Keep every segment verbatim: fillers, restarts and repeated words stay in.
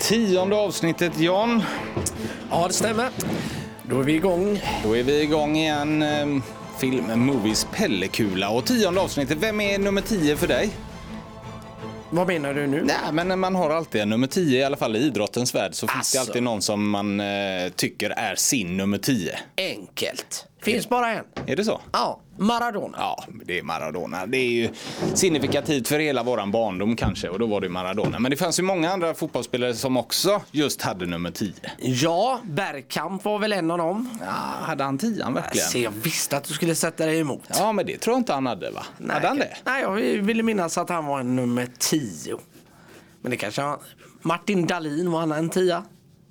Tionde avsnittet, John. Ja, det stämmer. Då är vi igång. Då är vi igång igen. Film Movies Pellekula. Och tionde avsnittet, vem är nummer tio för dig? Vad menar du nu? Nej, men man har alltid en nummer tio, i alla fall i idrottens värld. Så finns Alltså. det alltid någon som man eh, tycker är sin nummer tio. Enkelt. Finns bara en. Är det så? Ja, Maradona. Ja, det är Maradona. Det är ju signifikativt för hela våran barndom kanske. Och då var det Maradona. Men det fanns ju många andra fotbollsspelare som också just hade nummer tio. Ja, Bergkamp var väl en av dem. Ja, hade han tian verkligen? Så jag visste att du skulle sätta dig emot. Ja, men det tror jag inte han hade, va? Nej, hade han det? Nej, jag ville minnas att han var en nummer tio. Men det kanske var... Martin Dahlin, var han en tia?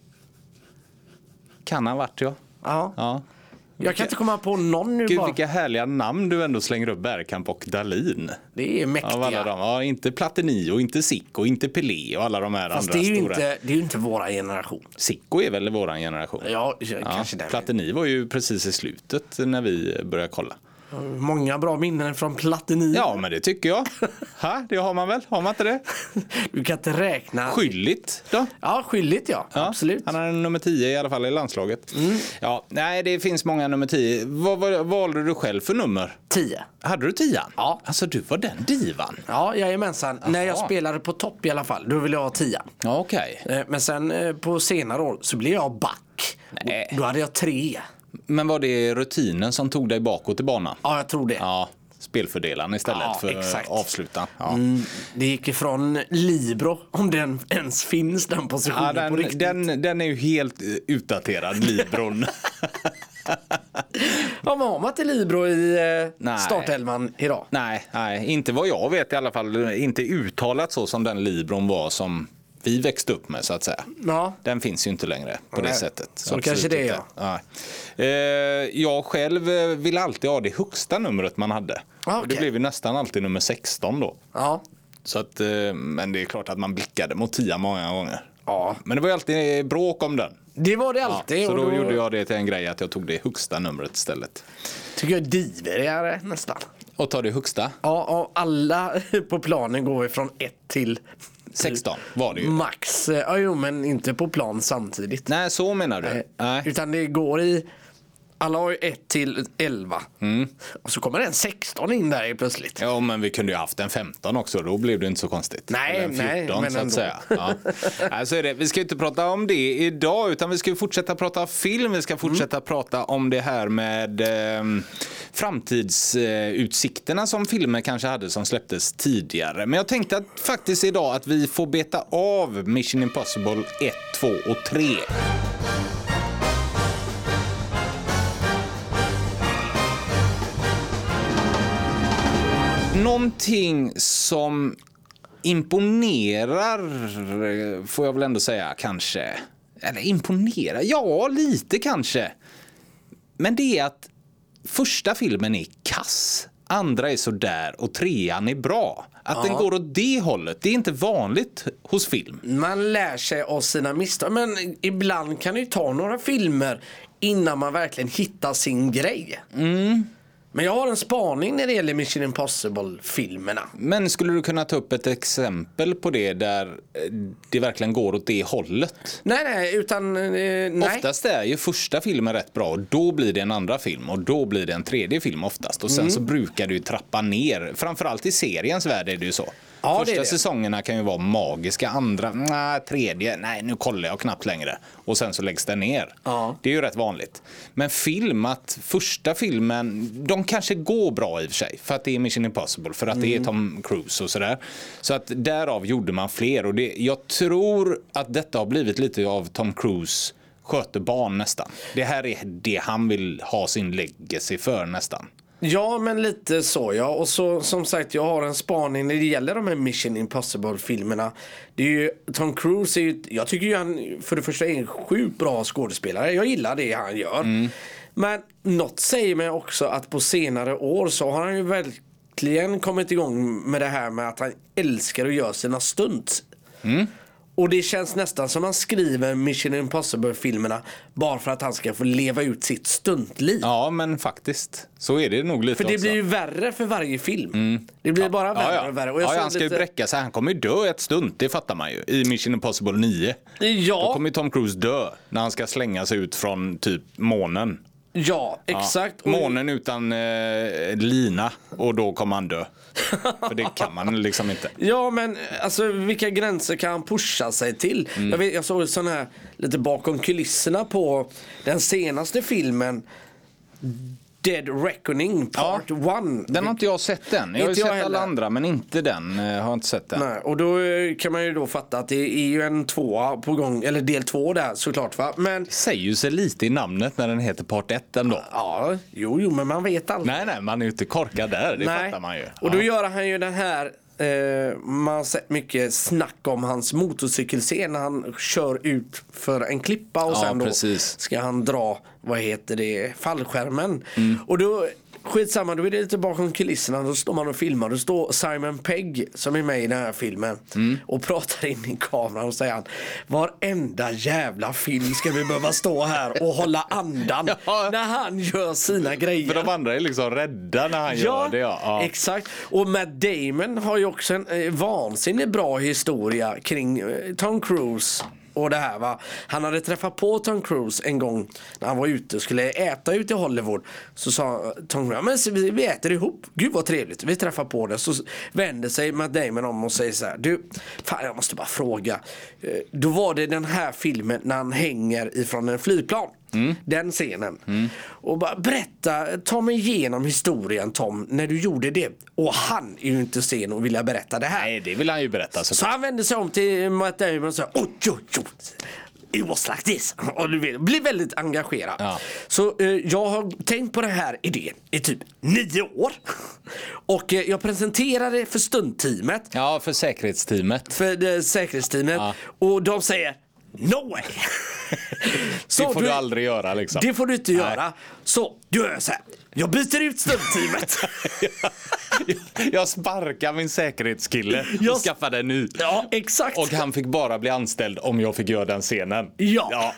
Kan han varit, ja. Ja. Ja. Jag kan inte komma på någon nu Gud, bara. vilka härliga namn du ändå slänger upp, Bergkamp och Dahlin. Det är mäktiga. Ja, alla de. Ja, inte Platini och inte Zico, inte Pelé och alla de här Fast andra det är, ju stora. inte, det är ju inte våra generation. Zico är väl våran generation? Ja, Ja, kanske det. Platini var ju precis i slutet när vi började kolla. Många bra minnen från Platini. Ja, men det tycker jag. Ha, det har man väl? Har man inte det? Du kan inte räkna. Skylligt då? Ja, skyldigt ja. Ja, Absolut. Han har en nummer tio i alla fall i landslaget. Mm. Ja, nej, det finns många nummer tio. Vad, vad valde du själv för nummer? Tio. Hade du tian? Ja. Alltså, du var den divan. Ja, jajamensan. Aha. När jag spelade på topp i alla fall, då ville jag ha tia. Ja, okej. Eh, Men sen eh, på senare år så blev jag back. Nej. Och då hade jag tre. Men var det rutinen som tog dig bakåt i banan? Ja, jag tror det. Ja, spelfördelaren istället Ja, för exakt. avslutan. Ja. Mm, det gick ifrån Libro, om den ens finns, den positionen Ja, på den, riktigt. den, den är ju helt eh, utdaterad, Libron. Ja, men har man inte Libro i eh, Nej. startelvan idag? nej, nej, inte vad jag vet i alla fall. Inte uttalat så som den Libron var som vi växte upp med, så att säga. Ja. Den finns ju inte längre på Nej. det sättet. Så absolut kanske det är, inte. Ja. Eh, jag själv eh, vill alltid ha det högsta numret man hade. Ah, Och det okej. blev ju nästan alltid nummer sexton då. Ja. Så att, eh, men det är klart att man blickade mot tio många gånger. Ja. Men det var ju alltid bråk om den. Det var det Ja, alltid. så och då, då gjorde jag det till en grej att jag tog det högsta numret istället. tycker jag diverigare nästan. Och ta det högsta? Ja, och alla på planen går ifrån ett till sexton var det ju. max. Ja, jo, men inte på plan samtidigt. Nej, så menar du? Eh, Nej. Utan det går i... Alla har ju ett till elva. Mm. Och så kommer en sexton in där plötsligt. Ja, men vi kunde ju haft en femton också. Då blev det inte så konstigt. Nej, Eller en fjorton, nej, men så att ändå. säga. Ja. Nej, så är det. Vi ska inte prata om det idag, utan vi ska fortsätta prata film. Vi ska fortsätta mm. prata om det här med eh, framtidsutsikterna eh, som filmer kanske hade som släpptes tidigare. Men jag tänkte att faktiskt idag att vi får beta av Mission Impossible ett, två och tre. Någonting som imponerar, får jag väl ändå säga kanske. Eller imponerar, ja lite kanske. Men det är att första filmen är kass, andra är sådär och trean är bra. Att Ja. den går åt det hållet, det är inte vanligt hos film. Man lär sig av sina misstag. Men ibland kan det ju ta några filmer innan man verkligen hittar sin grej. Mm. Men jag har en spaning när det gäller Mission Impossible-filmerna. Men skulle du kunna ta upp ett exempel på det där eh, det verkligen går åt det hållet? Nej, nej, utan... Eh, nej. Oftast är ju första filmen rätt bra och då blir det en andra film och då blir det en tredje film oftast. Och sen Mm. så brukar du trappa ner. Framförallt i seriens värld är det ju så. Ja, Första det är det. säsongerna kan ju vara magiska, andra, nej, tredje, nej nu kollar jag knappt längre. Och sen så läggs den ner. Ja. Det är ju rätt vanligt. Men film, att första filmen, de kanske går bra i och för sig. För att det är Mission Impossible, för att Mm. det är Tom Cruise och sådär. Så att därav gjorde man fler. Och det, jag tror att detta har blivit lite av Tom Cruise skötebarn nästan. Det här är det han vill ha sin legacy för nästan. Ja, men lite så, ja. Och så, som sagt, jag har en spaning när det gäller de här Mission Impossible-filmerna. Det är ju, Tom Cruise är ju, jag tycker ju han för det första är en sjukt bra skådespelare. Jag gillar det han gör. Mm. Men något säger mig också att på senare år så har han ju verkligen kommit igång med det här med att han älskar att göra sina stunts. Mm. Och det känns nästan som man skriver Mission Impossible-filmerna bara för att han ska få leva ut sitt stuntliv. Ja, men faktiskt. Så är det nog lite För det också. blir ju värre för varje film. Mm. Det blir ja. bara värre ja, ja. och värre. Och jag ja, ja, han ska lite... ju bräcka sig. Han kommer ju dö ett stunt, det fattar man ju. I Mission Impossible nio. Ja. Då kommer ju Tom Cruise dö när han ska slänga sig ut från typ månen. Ja, exakt. Ja. Månen utan eh, lina och då kommer han dö. För det kan man liksom inte. Ja, men alltså vilka gränser kan han pusha sig till? Mm. Jag, vet, jag såg sån här lite bakom kulisserna på den senaste filmen Dead Reckoning Part ett. Ja, den har inte jag sett den. Jag har ju sett alla andra, men inte den. Jag har inte sett den. Nej, och då kan man ju då fatta att det är ju en tvåa på gång, eller del två där såklart, va? Men det säger ju sig lite i namnet när den heter Part ett ändå. Ja, jo, jo, men man vet aldrig. Nej, nej, man är ju inte korkad där, det nej. Fattar man ju. Och då ja. Gör han ju den här eh, man har sett mycket snack om hans motorcykelscen när han kör ut för en klippa och ja, sen då precis. Ska han dra, vad heter det, fallskärmen. Mm. Och då skitsamma, då är det lite bakom kulisserna. Då står man och filmar. Då står Simon Pegg som är med i den här filmen mm. och pratar in i kameran och säger han: varenda jävla film ska vi behöva stå här och hålla andan ja. När han gör sina grejer. För de andra är liksom rädda när han ja, gör det. Ja, ja. Exakt. Och Matt Damon har ju också en eh, vansinnigt bra historia kring eh, Tom Cruise. Och det här, va? Han hade träffat på Tom Cruise en gång när han var ute och skulle äta ute i Hollywood. Så sa Tom Cruise: men så vi, vi äter ihop. Gud vad trevligt. Vi träffar på det. Så vänder sig Matt Damon om och säger så här: du, fan, jag måste bara fråga. Då var det den här filmen när han hänger ifrån en flygplan. Mm. Den scenen. Mm. Och bara berätta, ta mig igenom historien, Tom, när du gjorde det. Och han är ju inte sen och vill berätta det här. Nej, det vill han ju berätta. Så, så han vände sig om till Matt Damon och sa: oj, oj, oj, it was like this. Och du vet, blir väldigt engagerad. Ja. Så eh, jag har tänkt på den här idén i typ nio år. Och eh, jag presenterade för stundteamet. Ja, för säkerhetsteamet. För det, säkerhetsteamet. Ja. Och de säger: no way. Så det får du, du aldrig göra liksom. Det får du inte Nej. göra. Så du gör så här: jag byter ut stundteamet. Jag sparkar min säkerhetskille jag... och skaffar den ny. Ja, exakt. Och han fick bara bli anställd om jag fick göra den scenen. Ja. Ja,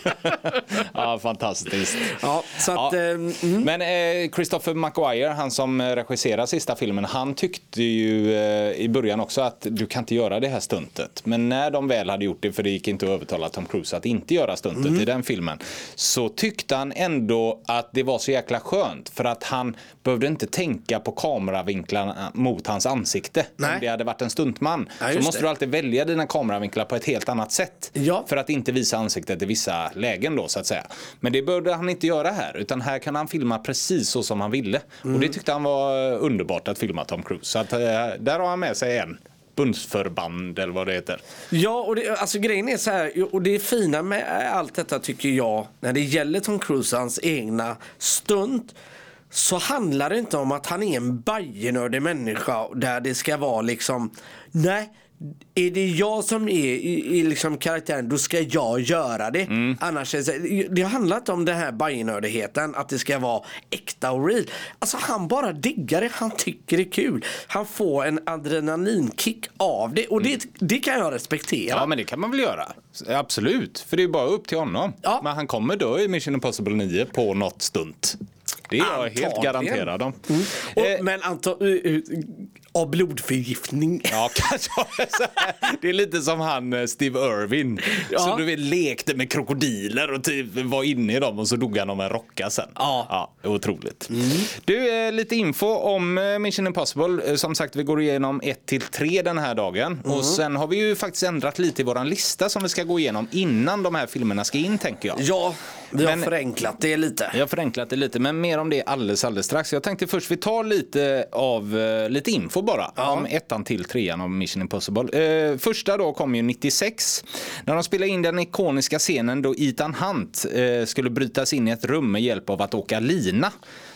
ja fantastiskt. Ja, så att, ja. Eh, mm. Men eh, Christopher McQuarrie, han som regisserar sista filmen, han tyckte ju eh, i början också att du kan inte göra det här stuntet. Men när de väl hade gjort det, för det gick inte att övertala Tom Cruise att inte göra stuntet mm. i den filmen, så tyckte han ändå att det var så jäkla skönt, för att han behövde inte tänka på kameravinklarna mot hans ansikte. Nej. Om det hade varit en stuntman ja, så måste det. Du alltid välja dina kameravinklar på ett helt annat sätt ja. För att inte visa ansiktet i vissa lägen då, så att säga. Men det behövde han inte göra här, utan här kan han filma precis så som han ville. Mm. Och det tyckte han var underbart att filma Tom Cruise. Så att, där har han med sig en bundsförband eller vad det heter. Ja, och det, alltså grejen är så här, och det är fina med allt detta tycker jag, när det gäller Tom Cruise, hans egna stunt, så handlar det inte om att han är en bajenördig människa där det ska vara liksom, nej, är det jag som är i, i liksom karaktären, då ska jag göra det. Mm. Annars är det, det handlar inte om den här bajenördigheten, att det ska vara äkta och real. Alltså han bara diggar det, han tycker det är kul. Han får en adrenalinkick av det, och det, mm. det kan jag respektera. Ja, men det kan man väl göra. Absolut, för det är bara upp till honom. Ja. Men han kommer dö i Mission Impossible nio på något stunt. Det är jag Antagligen. helt garanterad om. Mm. Och, eh, men anto- uh, uh, av blodförgiftning. Ja, kanske. Det är lite som han Steve Irwin. Ja. Så du vet, lekte med krokodiler och typ var inne i dem och så dog han om en rocka sen. Ja. Ja, otroligt. Mm. Du, lite info om Mission Impossible. Som sagt, vi går igenom ett till tre den här dagen. Mm. Och sen har vi ju faktiskt ändrat lite i våran lista som vi ska gå igenom innan de här filmerna ska in, tänker jag. Ja, vi har men, förenklat det lite. Vi har förenklat det lite, men mer om det alldeles, alldeles strax. Jag tänkte först vi tar lite av lite info bara ja. om ettan till trean av Mission Impossible. Eh, första då kom ju nittiosex när de spelade in den ikoniska scenen då Ethan Hunt eh, skulle brytas in i ett rum med hjälp av att åka lina.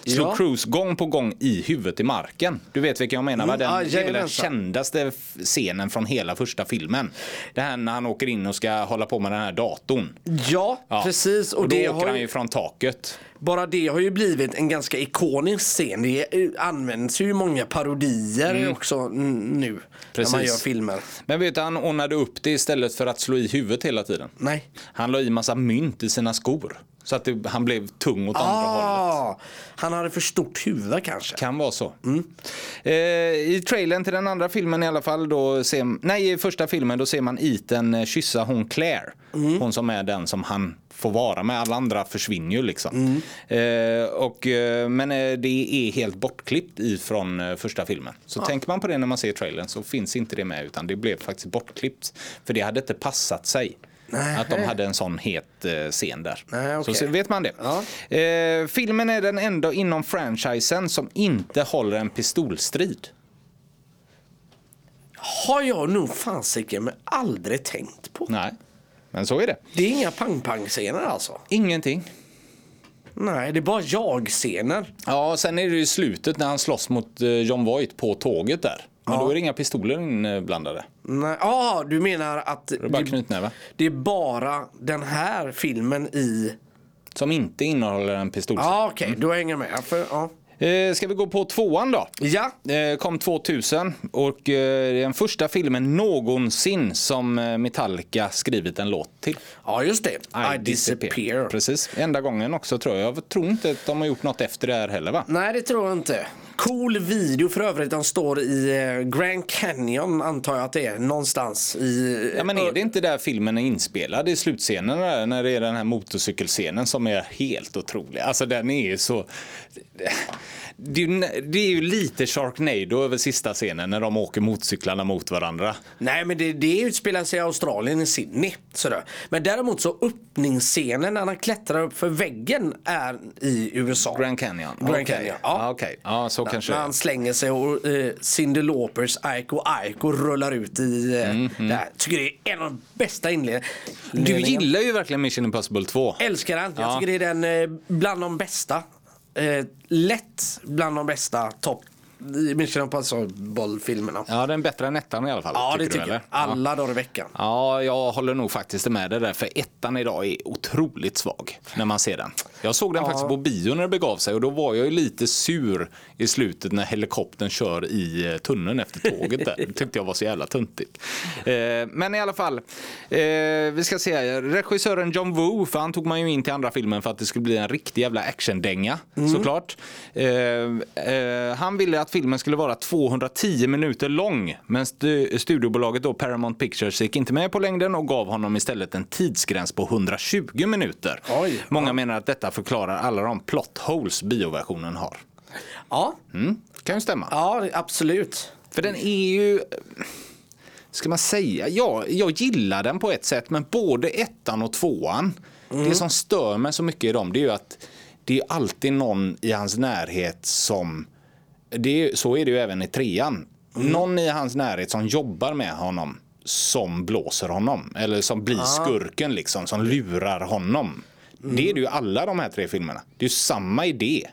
slog Ja. Cruise gång på gång i huvudet i marken. Du vet vilken jag menar, va? Den, ja, det är väl den jajamensan. kändaste f- scenen från hela första filmen. Det här när han åker in och ska hålla på med den här datorn. Ja, Ja. precis. Och, Och då det åker har han ju, ju från taket. bara det har ju blivit en ganska ikonisk scen. Det används ju i många parodier också n- nu. När Precis. man gör filmer. Men vet du, han ordnade upp det istället för att slå i huvudet hela tiden. Nej. Han la i massa mynt i sina skor. Så att det, han blev tung åt andra hållet. Ah, han hade för stort huvud kanske. Kan vara så. Mm. Eh, I trailern till den andra filmen i alla fall, då ser, nej i första filmen då ser man Ethan kyssa hon Claire. Mm. Hon som är den som han får vara med. Alla andra försvinner ju liksom. Mm. Eh, och, eh, men eh, det är helt bortklippt ifrån eh, första filmen. Så Ja. tänker man på det när man ser trailern så finns inte det med, utan det blev faktiskt bortklippt. För det hade inte passat sig. Nej. Att de hade en sån het eh, scen där. Nej, okej. Så vet man det. Ja. Eh, filmen är den enda inom franchisen som inte håller en pistolstrid. Har jag nog fasiken men aldrig tänkt på. Nej, men så är det. Det är inga pang-pang-scener alltså. Ingenting. Nej, det är bara jag-scener. Ja, sen är det ju slutet när han slåss mot eh, John Voight på tåget där. Men Ja. då är det inga pistoler inblandade. Nej, ah, du menar att Det är bara knytnäve. det är bara den här filmen i... Som inte innehåller en pistolstrid. Ja, ah, okej, okay. Då hänger jag med. För, ja. Eh, ska vi gå på tvåan då? Ja. Eh, kom tvåtusen och eh, det är den första filmen någonsin som eh, Metallica skrivit en låt till. ja, just det. I, disappear. Precis, enda gången också tror jag. Jag tror inte att de har gjort något efter det här heller, va? Nej, det tror jag inte. Cool video för övrigt. De står i eh, Grand Canyon, antar jag att det är. Någonstans i... Ja, men är det inte där filmen är inspelad i slutscenen där, när det är den här motorcykelscenen som är helt otrolig? Alltså den är ju så... Det är, ju, det är ju lite Sharknado över sista scenen när de åker motorcyklarna mot varandra. Nej, men det, det utspelar sig i Australien, i Sydney. Sådär. Men däremot så öppningsscenen när han klättrar upp för väggen är i U S A. Grand Canyon. Grand Okej. Canyon, ja. Ja, okej. Ja, så kanske När det är. han slänger sig och eh, Cyndi Laupers Aiko Aiko rullar ut i eh, Mm, det här. Tycker det är en av de bästa inledningarna. Du gillar ju verkligen Mission Impossible två. Älskar den. Jag Ja. tycker det är den eh, bland de bästa. Eh, lätt bland de bästa topp Mission Impossible-filmerna. Ja, den är bättre än ettan i alla fall. Ja, det du, tycker jag. eller? Alla dagar i veckan. Ja, jag håller nog faktiskt med det där. För ettan idag är otroligt svag när man ser den. Jag såg den Ja. faktiskt på bio när det begav sig. Och då var jag ju lite sur i slutet när helikoptern kör i tunneln efter tåget där. Det tyckte jag var så jävla tuntigt. Eh, men i alla fall, eh, vi ska se. Regissören John Woo, för han tog man ju in till andra filmen för att det skulle bli en riktig jävla actiondänga, mm. såklart. Eh, eh, han ville att filmen skulle vara tvåhundratio minuter lång. Men stu- studiobolaget då, Paramount Pictures, gick inte med på längden och gav honom istället en tidsgräns på hundratjugo minuter. Oj, Många ja. menar att detta förklarar alla de plot holes bioversionen har. Ja, Mm, kan ju stämma. ja absolut. För den är ju, ska man säga, ja, jag gillar den på ett sätt, men både ettan och tvåan, mm. det som stör mig så mycket i dem, det är ju att det är alltid någon i hans närhet som, det är, så är det ju även i trean, mm. någon i hans närhet som jobbar med honom som blåser honom, eller som blir ah. skurken liksom, som lurar honom. Mm. Det är det ju alla de här tre filmerna. Det är ju samma idé.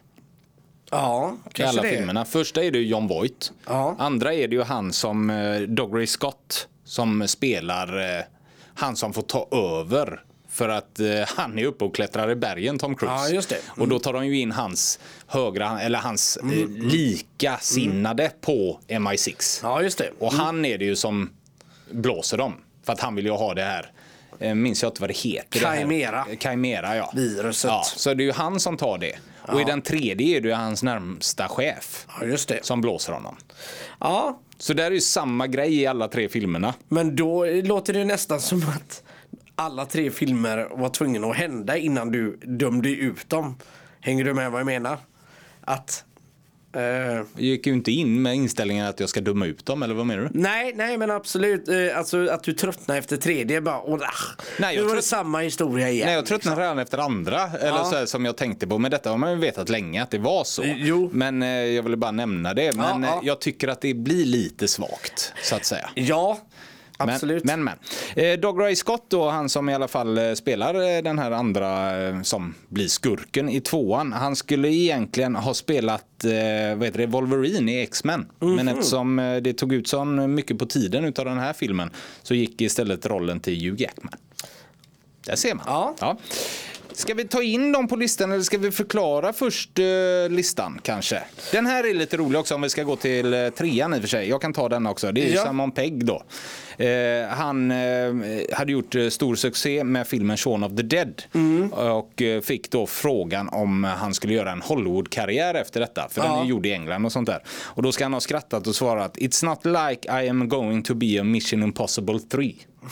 Ja, I kanske alla det. filmerna. Första är det ju John Voight. Ja. Andra är det ju han som eh, Dougray Scott som spelar eh, han som får ta över för att eh, han är uppe och klättrar i bergen, Tom Cruise. Ja, just det. Mm. Och då tar de ju in hans högra eller hans eh, likasinnade mm. på M I sex. Ja, just det. Och han är det ju som blåser dem för att han vill ju ha det här. Eh, minns jag inte vad det heter. Chimera. Det här. Chimera, ja. Viruset. Ja, så det är ju han som tar det. Ja. Och i den tredje är det ju hans närmsta chef Ja, just det. som blåser honom. Ja, Så där är ju samma grej i alla tre filmerna. men då låter det nästan som att alla tre filmer var tvungna att hända innan du dömde ut dem. Hänger du med vad jag menar? Att... Eh, Jag gick ju inte in med inställningen att jag ska döma ut dem, eller vad menar du? nej, nej men absolut. Eh, alltså att du tröttnar efter tredje bara... Och, ah, Nej, jag nu var det trött- samma historia igen. Nej, jag tröttnade redan efter andra, eller Ja. så här, som jag tänkte på. Men detta har man ju vetat länge att det var så. Jo. Men eh, jag ville bara nämna det. Men Ja, ja. eh, jag tycker att det blir lite svagt, så att säga. Ja, Absolut. Men, men, men. Eh, Dougray Scott då, han som i alla fall eh, spelar eh, den här andra eh, som blir skurken i tvåan. Han skulle egentligen ha spelat eh, vad heter det, Wolverine i X-Men. Mm-hmm. Men eftersom eh, det tog ut så mycket på tiden utav den här filmen så gick istället rollen till Hugh Jackman. Där ser man. Ja. Ja. Ska vi ta in dem på listan eller ska vi förklara först eh, listan kanske? Den här är lite rolig också om vi ska gå till eh, trean i och för sig. Jag kan ta den också. Det är ja. Simon Pegg då. Eh, han eh, hade gjort eh, stor succé med filmen Shaun of the Dead. Mm. Och eh, fick då frågan om han skulle göra en Hollywood-karriär efter detta. För ja. den är gjord i England och sånt där. Och då ska han ha skrattat och svarat: It's not like I am going to be a Mission Impossible tre.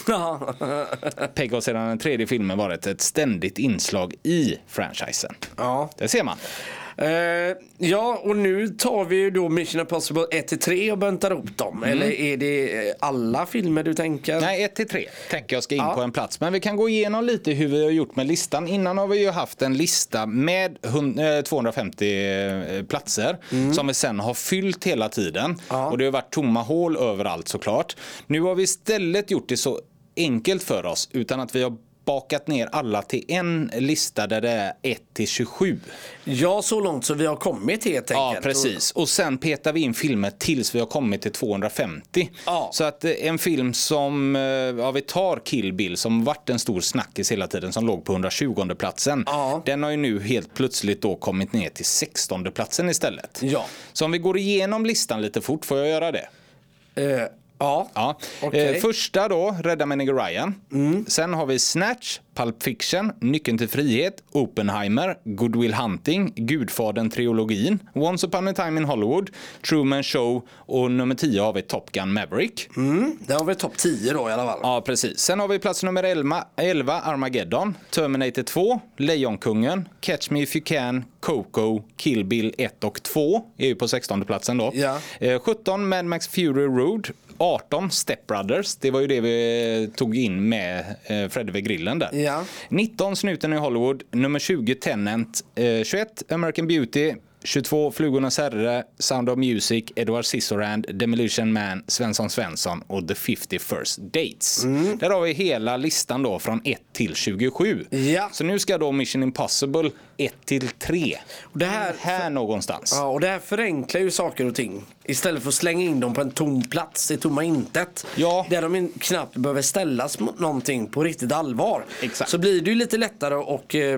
Pegg har sedan den tredje filmen varit ett ständigt inslag i franchisen. Ja. Det ser man. Uh, ja, och nu tar vi ju då Mission Impossible ett till tre och böntar upp dem. Mm. Eller är det alla filmer du tänker? Nej, ett till tre tänker jag ska in ja. på en plats. Men vi kan gå igenom lite hur vi har gjort med listan. Innan har vi ju haft en lista med tvåhundrafemtio platser mm. som vi sen har fyllt hela tiden. Ja. Och det har varit tomma hål överallt såklart. Nu har vi istället gjort det så enkelt för oss utan att vi har bakat ner alla till en lista där det är ett till tjugosju. Ja, så långt så vi har kommit helt enkelt. Ja, precis. Och sen petar vi in filmer tills vi har kommit till tvåhundrafemtio. Ja. Så att en film som, ja, vi tar Kill Bill som varit en stor snackis hela tiden som låg på hundratjugonde platsen. Ja. Den har ju nu helt plötsligt då kommit ner till sextonde platsen istället. Ja. Så om vi går igenom listan lite fort, får jag göra det? Uh. Ja, ja. Okay. Eh, första då, Rädda mig Nigger Ryan. Mm. Sen har vi Snatch, Pulp Fiction, Nyckeln till frihet, Oppenheimer, Good Will Hunting, Gudfadern-trilogin, Once upon a time in Hollywood, Truman Show och nummer tio har vi Top Gun Maverick. Mm. Där har vi topp tio då i alla fall. Ja, precis. Sen har vi plats nummer elva, Armageddon, Terminator två, Lejonkungen, Catch Me If You Can, Coco, Kill Bill ett och två är ju på sextonde platsen då. Ja. Eh, sjutton, Mad Max Fury Road. arton, Step Brothers. Det var ju det vi tog in med eh, Freddy vid grillen där. Ja. nitton, Snuten i Hollywood. Nummer tjugo, Tenet. Eh, tjugoett, American Beauty. tjugotvå, Flugornas herre, Sound of Music, Edward Scissorhand, Demolition Man, Svensson Svensson och The fifty First Dates. Mm. Där har vi hela listan då från ett till tjugosju. Ja. Så nu ska då Mission Impossible ett till tre. Och det här, här någonstans. Ja, och det här förenklar ju saker och ting. Istället för att slänga in dem på en tom plats i tomma intet. Ja. Där de knappt behöver ställas mot någonting på riktigt allvar. Exakt. Så blir det ju lite lättare att eh,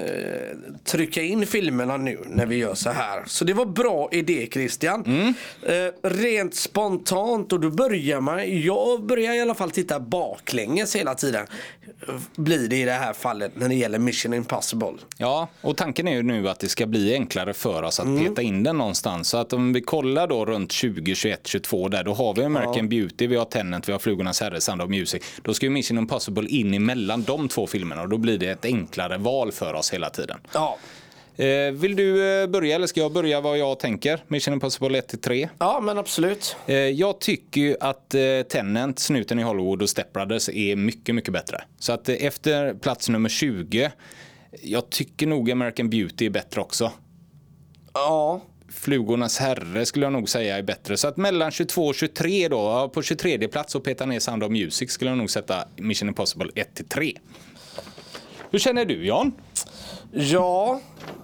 trycka in filmerna nu när vi gör så här. Så det var bra idé, Christian. Mm. Eh, rent spontant, och då börjar man, jag börjar i alla fall titta baklänges hela tiden. Blir det i det här fallet när det gäller Mission Impossible. Ja, och tanken är ju nu att det ska bli enklare för oss att mm. peta in den någonstans. Så att om vi kollar då runt tjugo, tjugoett, tjugotvå där, då har vi American ja. Beauty, vi har Tenet, vi har Flugornas herre, Sound of Music. Då ska ju Mission Impossible in emellan de två filmerna och då blir det ett enklare val för oss hela tiden. Ja. Eh, vill du eh, börja eller ska jag börja vad jag tänker? Mission Impossible ett till tre. Ja, men absolut. Eh, jag tycker ju att eh, Tenet, Snuten i Hollywood och Step Brothers är mycket, mycket bättre. Så att eh, efter plats nummer tjugo, jag tycker nog American Beauty är bättre också. Ja. Flugornas herre skulle jag nog säga är bättre. Så att mellan tjugotvå och tjugotre då, på tjugotredje plats och peta ner Sound of Music skulle jag nog sätta Mission Impossible ett till tre. Hur känner du, Jan? Ja.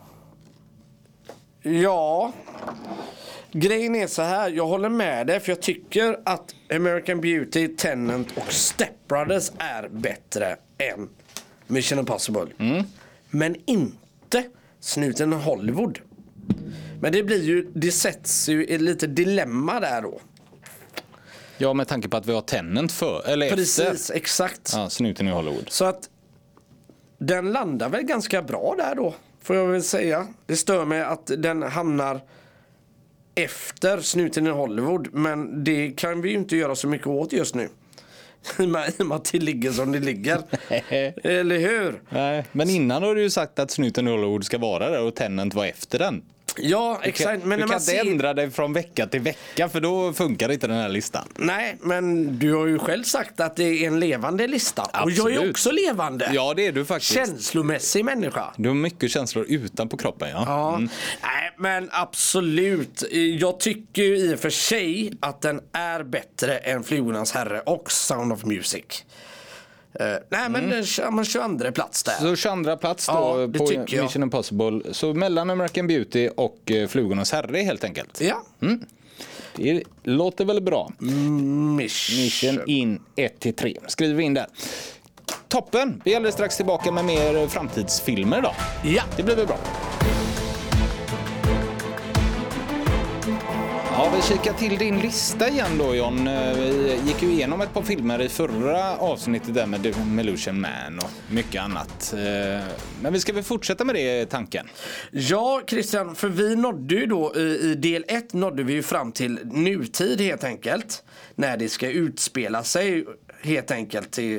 Ja. Grejen är så här, jag håller med dig, för jag tycker att American Beauty, Tenet och Step Brothers är bättre än Mission Impossible. Mm. Men inte Snuten i Hollywood. Men det blir ju, det sätts ju i lite dilemma där då. Ja, med tanke på att vi har Tenet för, eller Precis, efter. exakt. Ja, Snuten i Hollywood. Så att den landar väl ganska bra där då, får jag väl säga. Det stör mig att den hamnar efter Snuten i Hollywood, men det kan vi ju inte göra så mycket åt just nu. I och med att det ligger som det ligger. Eller hur? Nej, men innan har du ju sagt att Snuten i Hollywood ska vara där och Tenet var efter den. Ja, exakt. Du kan, men du kan inte ser... ändra dig från vecka till vecka, för då funkar inte den här listan. Nej, men du har ju själv sagt att det är en levande lista. Absolut. Och jag är också levande. Ja, det är du faktiskt. Känslomässig människa. Du har mycket känslor utanpå kroppen, ja. Ja. Mm. Nej, men absolut. Jag tycker ju i och för sig att den är bättre än Flugornas herre och Sound of Music. Uh, nej men mm. den tjugoandra plats där. Så tjugoandra plats då ja, på Mission Impossible. Så mellan American Beauty och uh, Flugornas herre helt enkelt. Ja. Mm. Det låter väl bra. Mission, Mission in ett till tre. Skriver vi in där. Toppen. Vi är alldeles strax tillbaka med mer framtidsfilmer då. Ja. Det blir väl bra. Ja, vi kikar till din lista igen då, John. Vi gick ju igenom ett par filmer i förra avsnittet där med Demolition Man och mycket annat. Men vi ska väl fortsätta med det tanken? Ja, Christian, för vi nådde ju då i del ett nådde vi ju fram till nutid helt enkelt. När det ska utspela sig helt enkelt till...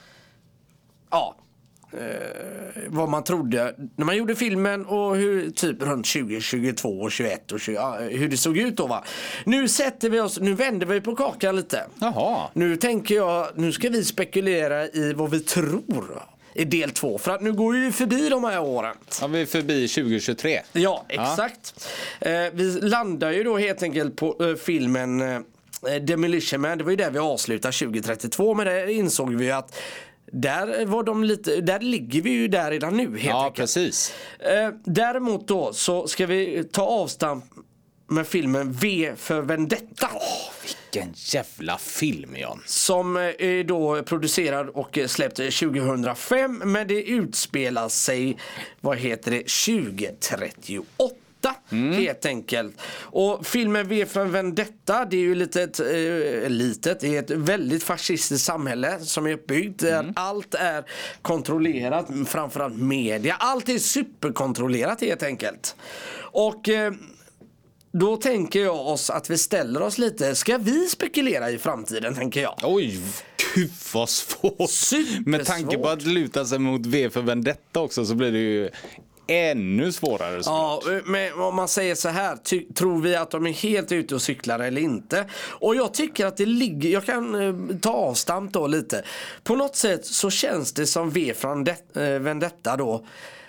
Ja... Eh, vad man trodde när man gjorde filmen och hur typ runt tjugo tjugotvå och tjugoett och tjugo, ja, hur det såg ut då va. Nu sätter vi oss, nu vänder vi på kakan lite. Jaha. Nu tänker jag, nu ska vi spekulera i vad vi tror i del två, för att nu går vi förbi de här åren. Ja, vi är förbi tjugo tjugotre. Ja, exakt. Ja. Eh, vi landar ju då helt enkelt på eh, filmen eh, Demolition Man. Det var ju där vi avslutade tjugo trettiotvå, men där insåg vi att Där var de lite, där ligger vi ju där redan nu helt Ja, enkelt. precis. Eh, däremot då så ska vi ta avstamp med filmen V för Vendetta. Åh, vilken jävla film, John. Som är då producerad och släppt tjugohundrafem, men det utspelar sig, vad heter det, tjugo trettioåtta. Mm. Helt enkelt. Och filmen V för Vendetta, det är ju lite ett, eh, litet, det är ett väldigt fascistiskt samhälle som är uppbyggt där mm. allt är kontrollerat, framförallt media. Allt är superkontrollerat helt enkelt. Och eh, då tänker jag oss att vi ställer oss lite, ska vi spekulera i framtiden, tänker jag. Oj, gud vad svårt. Supersvårt. Med tanke på att luta sig mot V för Vendetta också så blir det ju ännu svårare. Ja, men om man säger så här, ty- tror vi att de är helt ute och cyklar eller inte? Och jag tycker att det ligger, jag kan eh, ta avstamp då lite. På något sätt så känns det som V från det, eh, Vendetta då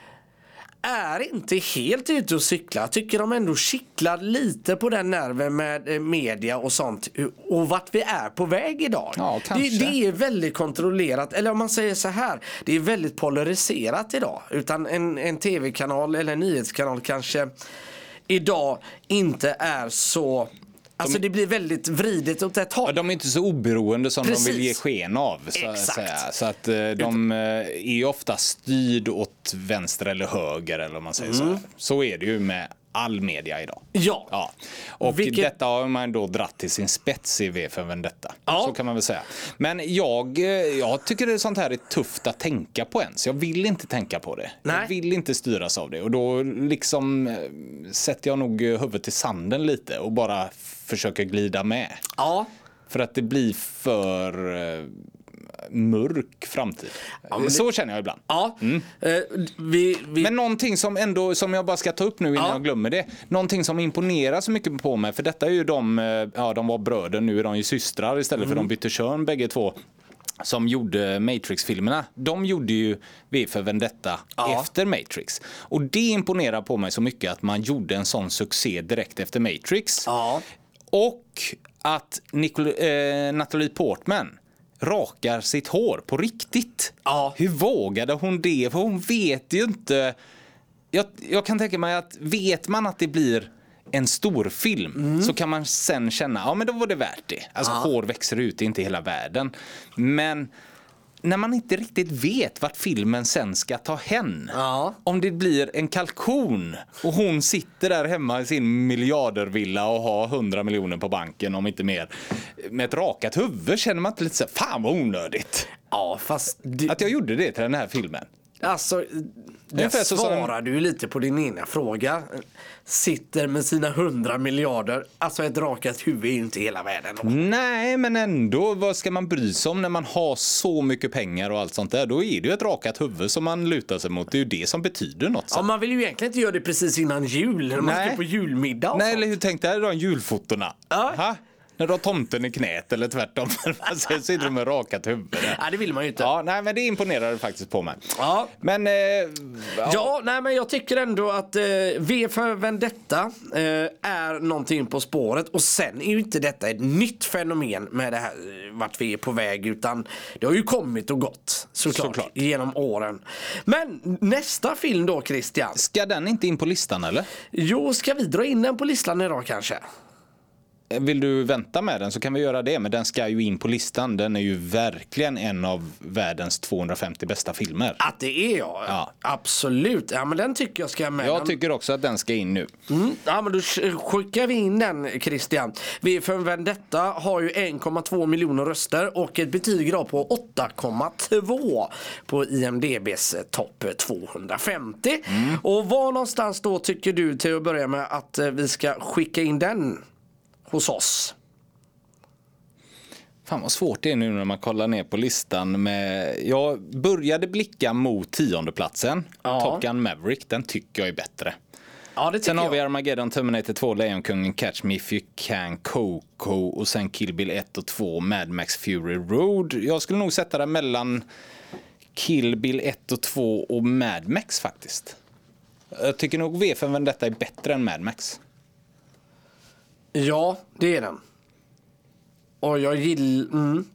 är inte helt ute och cykla. Jag tycker de ändå kittlar lite på den nerven med media och sånt. Och vart vi är på väg idag. Ja, det, det är väldigt kontrollerat. Eller om man säger så här. Det är väldigt polariserat idag. Utan en, en tv-kanal eller en nyhetskanal kanske idag inte är så... Alltså de, det blir väldigt vridet åt ett håll. Ja, de är inte så oberoende som Precis. de vill ge sken av. Så, Exakt. Säga. Så att de är ju ofta styrd åt vänster eller höger, eller om man säger mm. så. Så är det ju med all media idag. Ja. ja. Och Vilket... detta har man då dratt till sin spets i V för Vendetta. Ja. Så kan man väl säga. Men jag, jag tycker det sånt här är tufft att tänka på ens. Jag vill inte tänka på det. Nej. Jag vill inte styras av det. Och då liksom sätter jag nog huvudet i sanden lite och bara försöker glida med. Ja. För att det blir för uh, mörk framtid. Ja, det... Så känner jag ibland. Ja. Mm. Uh, vi, vi... Men någonting som ändå, som jag bara ska ta upp nu innan ja. jag glömmer det. Någonting som imponerar så mycket på mig. För detta är ju de, ja de var bröder, nu är de ju systrar istället mm. för de bytte kön bägge två. Som gjorde Matrix-filmerna. De gjorde ju V för Vendetta ja. efter Matrix. Och det imponerar på mig så mycket att man gjorde en sån succé direkt efter Matrix. Ja. Och att Nicole, eh, Natalie Portman rakar sitt hår på riktigt. Ja. Hur vågade hon det? För hon vet ju inte... Jag, jag kan tänka mig att vet man att det blir en stor film mm. så kan man sen känna, ja men då var det värt det. Alltså ja. hår växer ut, inte hela världen. Men när man inte riktigt vet vart filmen sen ska ta hen. Ja. Om det blir en kalkon och hon sitter där hemma i sin miljardervilla och har hundra miljoner på banken, om inte mer, med ett rakat huvud, känner man inte lite så fan vad onödigt. Ja, fast du... att jag gjorde det till den här filmen. Alltså, det svarar du lite på din ena fråga. Sitter med sina hundra miljarder. Alltså ett rakat huvud är inte hela världen. Nej, men ändå, vad ska man bry sig om när man har så mycket pengar och allt sånt där? Då är det ju ett rakat huvud som man lutar sig mot. Det är ju det som betyder något. Ja, man vill ju egentligen inte göra det precis innan jul. När man Nej. ska på julmiddag och Nej, sånt. eller hur tänkte jag då? Julfotorna. Ja. Ha? När du har tomten i knät eller tvärtom. Sen sitter du med rakat huvud. Nej, det vill man ju inte. Ja, nej, men det imponerar faktiskt på mig. Ja. Men... Eh, ja. ja, nej, men jag tycker ändå att eh, V för Vendetta eh, är någonting på spåret. Och sen är ju inte detta ett nytt fenomen med det här vart vi är på väg, utan det har ju kommit och gått såklart, Såklart. genom åren. Men nästa film då, Christian. Ska den inte in på listan, eller? Jo, ska vi dra in den på listan idag kanske? Vill du vänta med den så kan vi göra det, men den ska ju in på listan. Den är ju verkligen en av världens tvåhundrafemtio bästa filmer. Att det är jag? Ja. Absolut. Ja, men den tycker jag ska med. Jag den... tycker också att den ska in nu. Mm. Ja, men då skickar vi in den, Christian. V för Vendetta har ju en komma två miljoner röster och ett betyg idag på åtta komma två på I M D B:s topp tvåhundrafemtio. Mm. Och var någonstans då tycker du till att börja med att vi ska skicka in den hos oss? Fan vad svårt det är nu när man kollar ner på listan med... Jag började blicka mot tiondeplatsen. Ja. Top Gun Maverick, den tycker jag är bättre. Ja, det tycker Sen har jag. vi Armageddon, Terminator två, Lejonkungen, Catch Me If You Can, Coco och sen Kill Bill ett och två, Mad Max Fury Road. Jag skulle nog sätta det mellan Kill Bill ett och två och Mad Max faktiskt. Jag tycker nog V för Vendetta är bättre än Mad Max. Ja, det är den. Och jag gillar... Mm.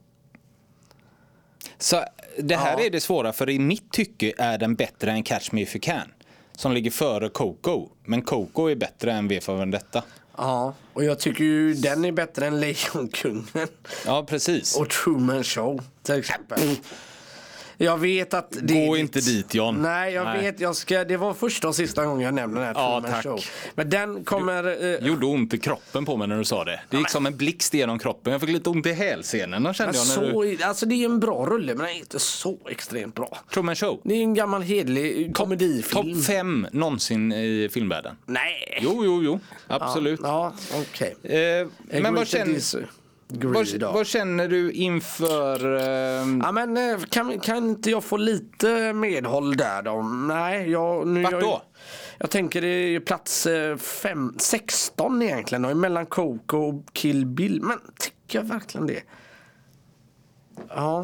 Så det här Ja. är det svåra, för i mitt tycke är den bättre än Catch Me If You Can, som ligger före Coco. Men Coco är bättre än V för Vendetta. Ja, och jag tycker ju den är bättre än Lejonkungen. Ja, precis. Och Truman Show, till exempel. Jag vet att det Gå är inte ditt... dit, John. Nej, jag Nej. vet. Jag ska... Det var första och sista gången jag nämnde den här Ja, Truman tack. Show. Men den kommer... eh, Gjorde ont i kroppen på mig när du sa det. Det gick som en blixt genom kroppen. Jag fick lite ont i hälsenorna, kände men jag. När du... så, alltså det är en bra rulle, men den är inte så extremt bra. Truman Show. Det är en gammal hedlig komedifilm. Topp fem någonsin i filmvärlden. Nej. Jo, jo, jo. Absolut. Ja, ja okej. Eh, men vad känner, vad, Vad, vad känner du inför... Eh, Ja, men eh, kan, kan inte jag få lite medhåll där då? Nej, jag... Nu, Vart jag, då? Jag tänker det är plats eh, fem, sexton egentligen då, mellan Coco och Kill Bill. Men tycker jag verkligen det? Ja.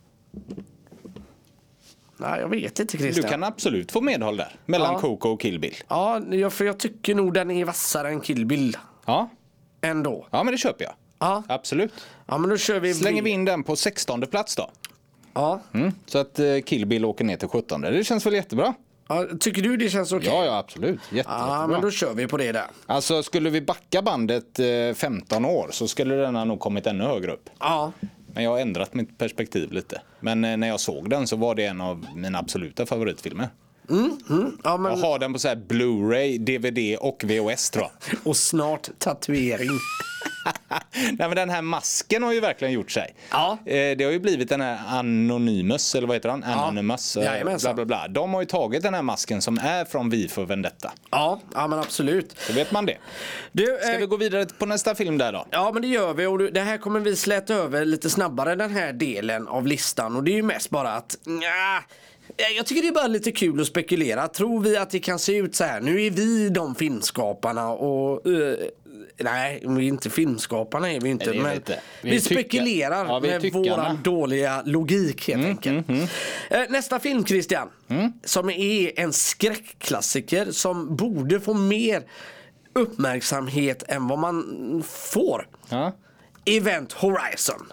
Nej, jag vet inte, Christian. du kan absolut få medhåll där. Mellan Ja. Coco och Kill Bill. Ja, jag- för jag tycker nog den är vassare än Kill Bill. Ja. Ändå. Ja, men det köper jag. Ja, Absolut. ja men då kör vi... Slänger vi in den på sextonde plats då. Ja. Mm. Så att eh, Kill Bill åker ner till sjuttonde. Det känns väl jättebra? Ja, tycker du det känns okej? Ja, ja, absolut. Jätte, Ja, jättebra. men då kör vi på det där. Alltså, skulle vi backa bandet eh, femton år så skulle den ha nog kommit ännu högre upp. Ja. Men jag har ändrat mitt perspektiv lite. Men eh, när jag såg den så var det en av mina absoluta favoritfilmer. Ja, men... Jag har den på så här Blu-ray, D V D och V H S, tror jag. Och snart tatuering. Nej, men den här masken har ju verkligen gjort sig. Ja. Eh, det har ju blivit den här Anonymous, eller vad heter han? Anonymous, eh, bla Jajamensan. bla bla. De har ju tagit den här masken som är från V för Vendetta. Ja, ja men absolut. Så vet man det. Du, Ska eh, vi gå vidare på nästa film där då? Ja, men det gör vi. Och det här kommer vi släta över lite snabbare, den här delen av listan. Och det är ju mest bara att... Nja, jag tycker det är bara lite kul att spekulera. Tror vi att det kan se ut så här? Nu är vi de filmskaparna och... Uh, nej, vi är inte filmskaparna är vi inte. Nej, det är vi men inte. vi, Vi är tycka- spekulerar Ja, vi är med tyckarna. våran dåliga logik helt enkelt. Eh, Nästa film, Christian. Som är en skräckklassiker som borde få mer uppmärksamhet än vad man får. Ja. Event Horizon.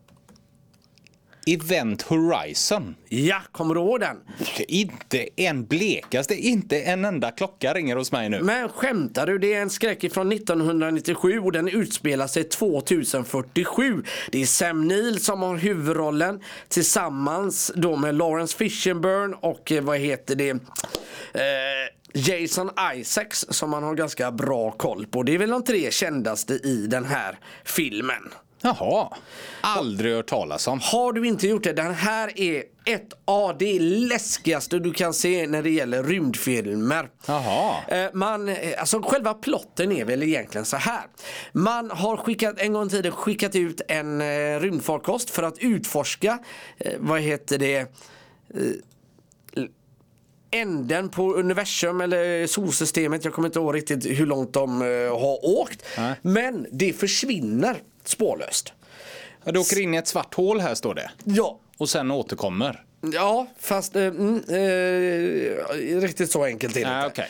Event Horizon. Ja, kommer du ihåg den? Inte en blekaste, inte en enda klocka ringer hos mig nu. Men skämtar du? Det är en skräck från nittonhundranittiosju och den utspelar sig tvåtusenfyrtiosju. Det är Sam Neill som har huvudrollen tillsammans då med Lawrence Fishburne och eh, vad heter det? Eh, Jason Isaacs som man har ganska bra koll på. Det är väl de tre kändaste i den här filmen. Jaha, aldrig hört talas om. Har du inte gjort det? Den här är ett av det läskigaste du kan se när det gäller rymdfilmer. Jaha. Eh, Man, eh, alltså själva plotten är väl egentligen så här. Man har skickat, en gång i tiden skickat ut en eh, rymdfarkost för att utforska, eh, vad heter det, eh, änden på universum eller solsystemet. Jag kommer inte ihåg riktigt hur långt de uh, har åkt. Nej. Men det försvinner spårlöst. Ja, du åker in i ett svart hål här, står det. Ja. Och sen återkommer. Ja, fast eh, mm, eh, riktigt så enkelt är det Ah, inte. okay.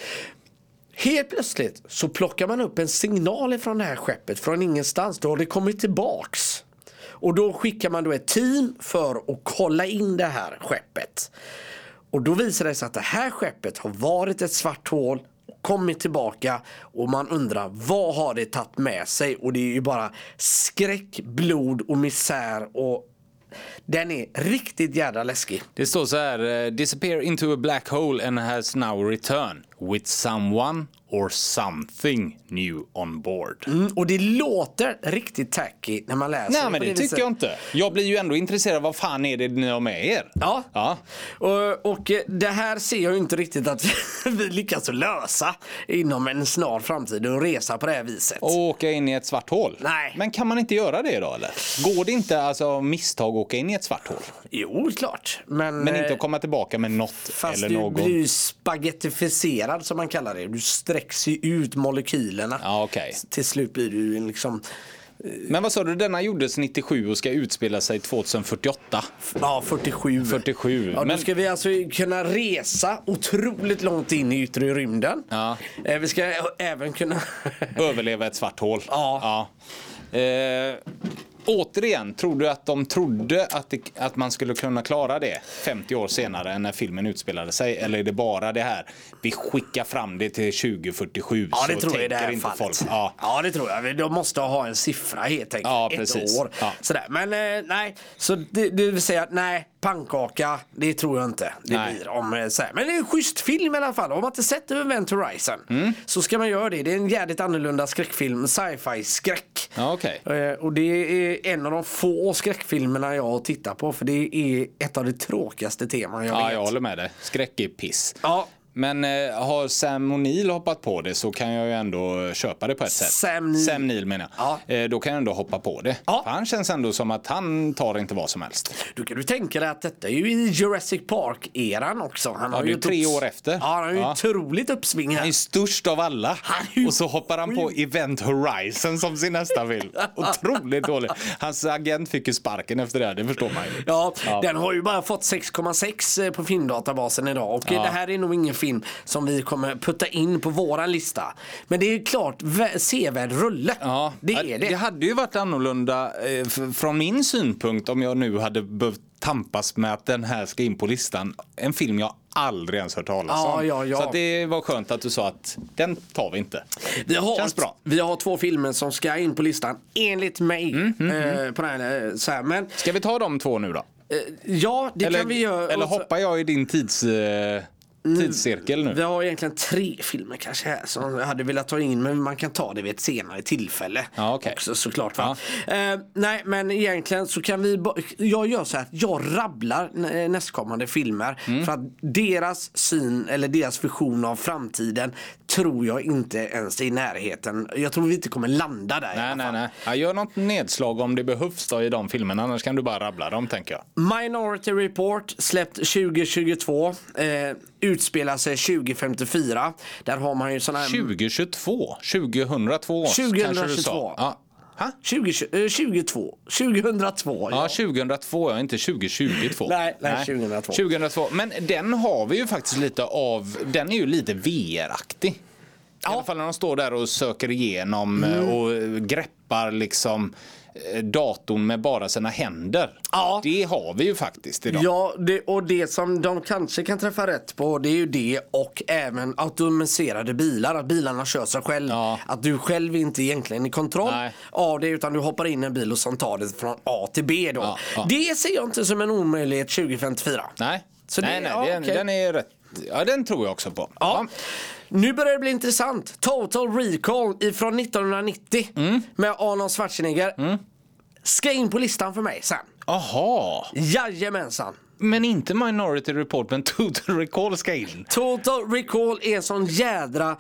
Helt plötsligt så plockar man upp en signal från det här skeppet från ingenstans. Då har det kommit tillbaks. Och då skickar man då ett team för att kolla in det här skeppet. Och då visar det sig att det här skeppet har varit ett svart hål, kommit tillbaka, och man undrar vad har det tagit med sig? Och det är ju bara skräck, blod och misär, och den är riktigt jävla läskig. Det står så här: uh, disappear into a black hole and has now returned with someone or something new on board. Mm, och det låter riktigt tacky när man läser. Nej, men det, det tycker viset. jag inte. Jag blir ju ändå intresserad av vad fan är det ni har med er? Ja, ja. Och, och det här ser jag ju inte riktigt att vi lyckas lösa inom en snar framtid och resa på det här viset. Och åka in i ett svart hål? Nej. Men kan man inte göra det då, eller? Går det inte alltså av misstag att åka in i ett svart hål? Jo, klart. Men, Men inte att komma tillbaka med något fast eller du någon? blir ju spagettificerad, som man kallar det. Du sträcks ju ut molekylerna. Ja, okej. Till slut blir du en liksom... Men vad sa du, denna gjordes nittiosju och ska utspela sig tjugohundrafyrtioåtta? Ja, fyrtiosju. fyrtiosju. Ja, Men- då ska vi alltså kunna resa otroligt långt in i yttre rymden. Ja. Eh, Vi ska även kunna... Överleva ett svart hål. Ja. ja. Eh, återigen, tror du att de trodde att, det, att man skulle kunna klara det femtio år senare när filmen utspelade sig? Eller är det bara det här, vi skickar fram det till tjugo fyrtiosju? Ja, det så tror jag i det tänker här inte fallet. folk. Ja. Ja, det tror jag. De måste ha en siffra helt enkelt. Ja, Ett precis. år. Ja. Sådär. Men eh, nej, så det, det vill säga att nej, pannkaka, det tror jag inte det Nej. blir. Om, eh, så här. Men det är en schysst film i alla fall. Om man inte sett Event Horizon Mm. så ska man göra det. Det är en jävligt annorlunda skräckfilm, sci-fi skräck. Ja, okej. Eh, Och det är en av de få skräckfilmerna jag har tittat på, för det är ett av de tråkigaste teman jag Ja, vet. jag håller med dig. Skräck är piss. Ja. Men eh, har Sam O'Neill hoppat på det så kan jag ju ändå köpa det på ett sätt. Sam Neill. Sam Neill menar jag. Ja. Eh, då kan jag ändå hoppa på det. Ja. För han känns ändå som att han tar inte vad som helst. Då kan du tänka dig att detta är ju i Jurassic Park-eran också. Han Ja, har det är ju ett tre upps- år efter. Ja, han har ju Ja. ett otroligt uppsving här. Han är störst av alla. Han är ju Och så hoppar han på sjuk. Event Horizon som sin nästa film. Otroligt dåligt. Hans agent fick ju sparken efter det, det förstår man ju. Ja, Ja. den har ju bara fått sex komma sex på filmdatabasen idag. Och Ja. det här är nog ingen film som vi kommer putta in på våran lista. Men det är klart, vä- sevärd rulle. Ja, Det är det. Det hade ju varit annorlunda eh, f- från min synpunkt om jag nu hade behövt tampas med att den här ska in på listan. En film jag aldrig ens hört talas Ja, om. ja, ja. Så att det var skönt att du sa att den tar vi inte. Vi har, Känns bra. vi har två filmer som ska in på listan, enligt mig. Mm, eh, på den här, eh, så här. Men Ska vi ta de två nu då? eh, ja, det Eller, kan vi göra. eller Och så- hoppar jag i din tids, eh, tidscirkel nu? Vi har egentligen tre filmer kanske här som jag hade velat ta in, men man kan ta det vid ett senare tillfälle. Ja, okej. Också såklart, va? Eh, nej, men egentligen så kan vi ba- jag gör så här, jag rabblar nä- nästkommande filmer Mm. för att deras syn eller deras vision av framtiden tror jag inte ens är i närheten. Jag tror vi inte kommer landa där i Nej, alla nej, fall. nej. Ja, gör något nedslag om det behövs då i de filmerna, annars kan du bara rabbla dem, tänker jag. Minority Report släppt tjugo tjugotvå, eh, utspelar sig tjugo femtiofyra. Där har man ju såna här tjugo tjugotvå? tjugohundratvå kanske du tjugohundratjugotvå. sa? Ja. Ha? tjugo tjugotvå. tjugohundratvå. Ja, tjugohundratvå, ja, inte tjugo tjugotvå. Nej, nej, tjugohundratvå. tjugohundratvå. Men den har vi ju faktiskt lite av, den är ju lite V R-aktig. I Ja. alla fall när de står där och söker igenom Mm. och greppar liksom eh, datorn med bara sina händer. Ja. Det har vi ju faktiskt idag. Ja, det, och det som de kanske kan träffa rätt på, det är ju det, och även automatiserade bilar, att bilarna kör sig själv. Ja. Att du själv inte egentligen är i kontroll Nej. av det, utan du hoppar in i en bil och sen tar det från A till B då. Ja, ja. Det ser jag inte som en omöjlighet tjugo femtiofyra. Nej, Så det- nej, nej ja, den, okej. den är rätt. Ja, den tror jag också på. Ja. Nu börjar det bli intressant. Total Recall ifrån nittonhundranittio Mm. med Arnold Schwarzenegger. Ska in på listan för mig sen. Aha. Jajamensan. Men inte Minority Report, men Total Recall ska in. Total Recall är en sån jädra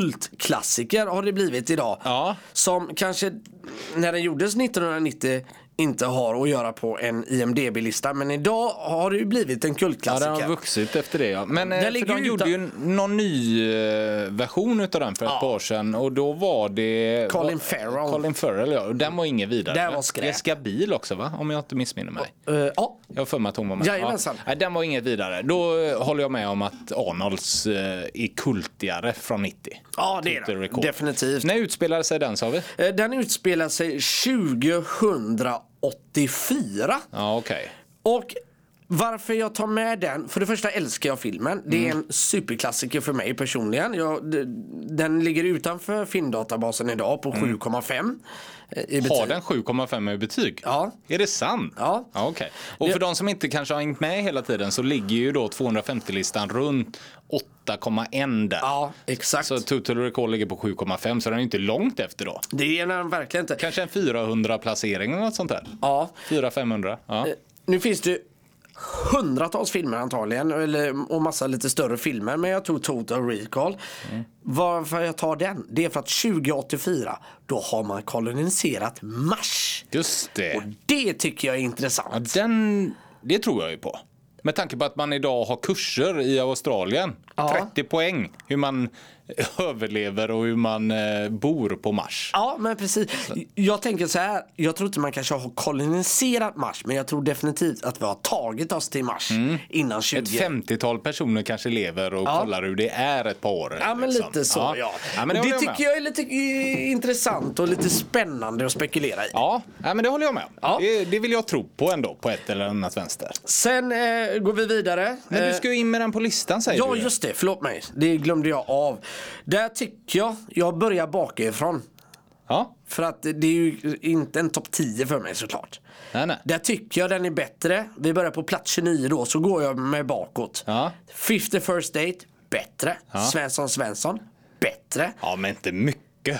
kultklassiker har det blivit idag. Ja. Som kanske när den gjordes nittonhundranittio inte har att göra på en I M D B-lista. Men idag har det ju blivit en kultklassiker. Ja, den har vuxit efter det. Ja. Men Den för ligger de utan- gjorde ju någon ny eh, version utav den för ett Ja. par år sedan. Och då var det... Colin var- Farrell. Colin Farrell, ja. Och den var ingen vidare. Den var skräp. Jessica Biel också, va? Om jag inte missminner mig. Uh, ja, Jag har för mig att hon var med. Jajamensan. Nej, den var inget vidare. Då eh, håller jag med om att Arnolds eh, är kultigare från nittio. ja, det är Total det. Recall. Definitivt. När utspelade sig den, sa vi? Eh, Den utspelar sig tjugohundraåttiofyra. Ja, okej. Och varför jag tar med den, för det första älskar jag filmen. Det är en superklassiker för mig personligen. Jag, d- den ligger utanför filmdatabasen idag på sju komma fem i betyg. Har den sju komma fem i betyg? Ja. Är det sant? Ja. Ja, okej. Och för de som inte kanske har hängt med hela tiden så ligger ju då tvåhundrafemtio-listan runt åtta komma ett där. Ja, exakt. Så Total Recall ligger på sju komma fem, så den är inte långt efter då. Det är den verkligen inte. Kanske en fyrahundra-placering eller något sånt där. Ja. fyra femhundra. Ja. Nu finns det hundratals filmer antagligen, eller, och massa lite större filmer, men jag tog Total Recall. Mm. Varför jag tar den? Det är för att tjugohundraåttiofyra, då har man koloniserat Mars. Just det. Och det tycker jag är intressant. Ja, den, det tror jag ju på. Med tanke på att man idag har kurser i Australien. Ja. trettio poäng. Hur man överlever och hur man eh, bor på Mars. Ja, men precis. Jag tänker så här, jag tror inte man kanske har koloniserat Mars, men jag tror definitivt att vi har tagit oss till Mars innan tjugo. Ett femtiotal personer kanske lever och Ja. kollar hur det är ett par år. Ja, men liksom. lite så, ja. ja. ja men det det håller jag med. tycker jag är lite eh, intressant och lite spännande att spekulera i. Ja, ja, men det håller jag med om. Ja. Det, det vill jag tro på ändå, på ett eller annat vänster. Sen eh, går vi vidare. Men du Eh, ska ju in med den på listan, säger Ja, du. just det. Förlåt mig. Det glömde jag av. Där tycker jag, jag börjar bakifrån. Ja, För att det är ju inte en topp tio för mig såklart. nej, nej. Där tycker jag den är bättre. Vi börjar på plats tjugonio då, så går jag med bakåt. Ja. femtio First Date, bättre. Svensson Svensson, bättre. Ja, men inte mycket.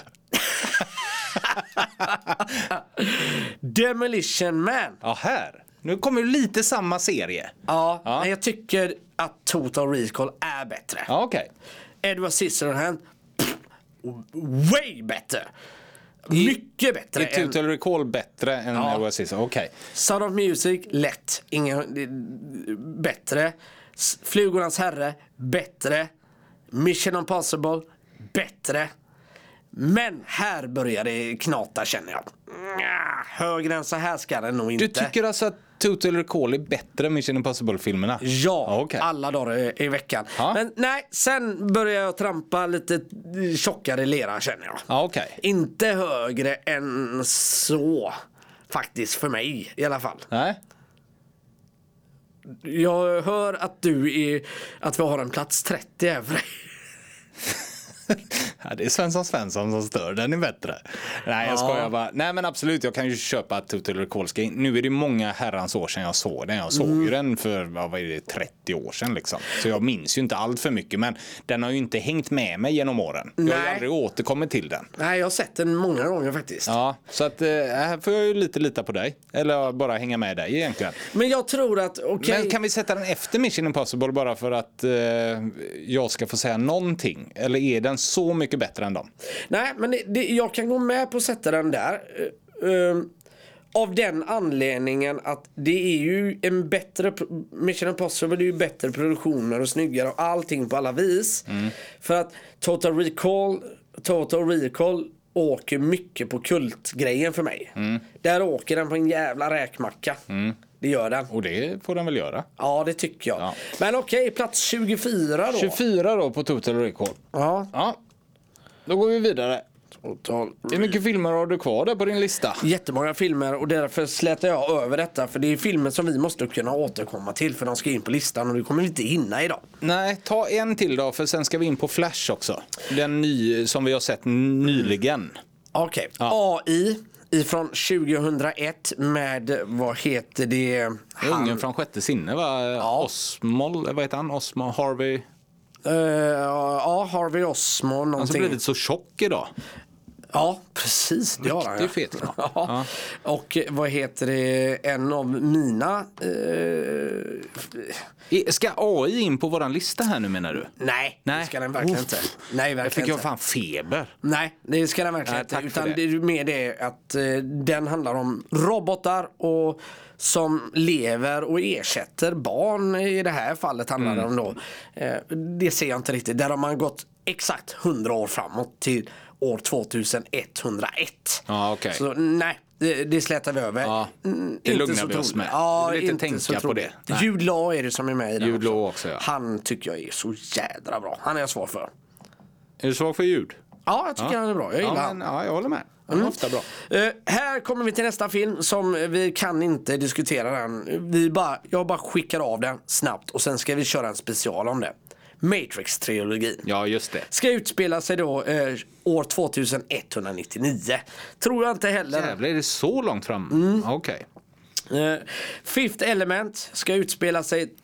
Demolition Man. Ja, här. Nu kommer ju lite samma serie. Ja, Ja. men jag tycker att Total Recall är bättre. Ja, okej. Edward Scissorhands, pff, way bättre. Mycket bättre Är än Total Recall bättre än Ja. Oasis? Okej. Sound of Music, lätt. Ingen, det- bättre. S- Flugornas herre, bättre. Mission Impossible, bättre. Men här börjar det knata, känner jag. Nja, högre än så här ska den nog inte. Du tycker alltså att Total Recall är bättre än Mission Impossible-filmerna? Ja, Ja, okej. alla dagar i, i veckan. Ja. Men nej, sen börjar jag trampa lite tjockare lera, känner jag. Ja, okej. Inte högre än så. Faktiskt för mig i alla fall. Nej. Jag hör att du är, att vi har en plats trettio här för dig. Ja, det är Svensson Svensson som stör, den är bättre. Nej, jag Ja. skojar bara. Nej, men absolut, jag kan ju köpa att Total Recall ska in. Nu är det många herrans år sedan jag såg den. Jag såg Mm. ju den för, ja, vad är det, trettio år sedan liksom. Så jag minns ju inte allt för mycket, men den har ju inte hängt med mig genom åren. Jag har ju Nej. aldrig återkommit till den. Nej, jag har sett den många gånger faktiskt. Ja, så att eh, här får jag ju lite lita på dig. Eller bara hänga med dig egentligen. Men jag tror att, okej. Men kan vi sätta den efter Mission Impossible bara för att eh, jag ska få säga någonting? Eller är den så mycket bättre än dem? Nej, men det, det, jag kan gå med på att sätta den där. Uh, uh, av den anledningen att det är ju en bättre pro- Mission Impossible, det är ju bättre produktioner och snyggare och allting på alla vis. Mm. För att Total Recall Total Recall åker mycket på kultgrejen för mig. Mm. Där åker den på en jävla räkmacka. Det gör den. Och det får den väl göra. Ja, det tycker jag. Ja. Men okej, plats tjugofyra då. tjugofyra då på Total Recall. Ja. Ja, då går vi vidare. Total Hur mycket filmer har du kvar där på din lista? Jättemånga filmer och därför slätar jag över detta, för det är filmer som vi måste kunna återkomma till, för de ska in på listan och det kommer vi inte hinna idag. Nej, ta en till då, för sen ska vi in på Flash också. Den ny, som vi har sett nyligen. Okej, Ja. A I ifrån tjugohundraett med, vad heter det? Ungen från Sjätte sinne, va? Osmol, vad heter han? Osmo, Harvey. Uh, ja, Harvey Osmond Han som någonting. blivit så tjock idag. Ja, precis. Det har han. Riktigt fet film. Ja. Ja. Och vad heter det? En av mina... Eh... Ska A I in på våran lista här nu, menar du? Nej, Nej. det ska den verkligen Uff. inte. Nej, verkligen Jag fick jag inte. fan feber. Nej, det ska den verkligen Nej, inte. tack för Utan det. det är mer det att eh, den handlar om robotar och som lever och ersätter barn. I det här fallet handlar det om då. Eh, det ser jag inte riktigt. Där har man gått exakt hundra år framåt till år tjugoetthundraett. Ja, okej. Så nej, det, det slätar vi över. Ja, Mm, det inte lugnar så vi oss troligt. med. Ja, Vi vill inte inte så tänka på troligt. det. Nej. Jude Law är det som är med i den Jude Law också, ja. Han tycker jag är så jädra bra. Han är jag svår för. Är du svag för ljud? Ja, jag tycker han är bra. Jag gillar Ja, han. men, ja, jag håller med. Han är ofta bra. Uh, här kommer vi till nästa film som vi kan inte diskutera den. Vi bara, jag bara skickar av den snabbt och sen ska vi köra en special om det. Matrix-trilogin. Ja, just det. Ska utspela sig då eh, år tjugoetthundranittionio. Tror jag inte heller. Jävlar, är det så långt fram? Mm. Okej. Eh, Fifth Element ska utspela sig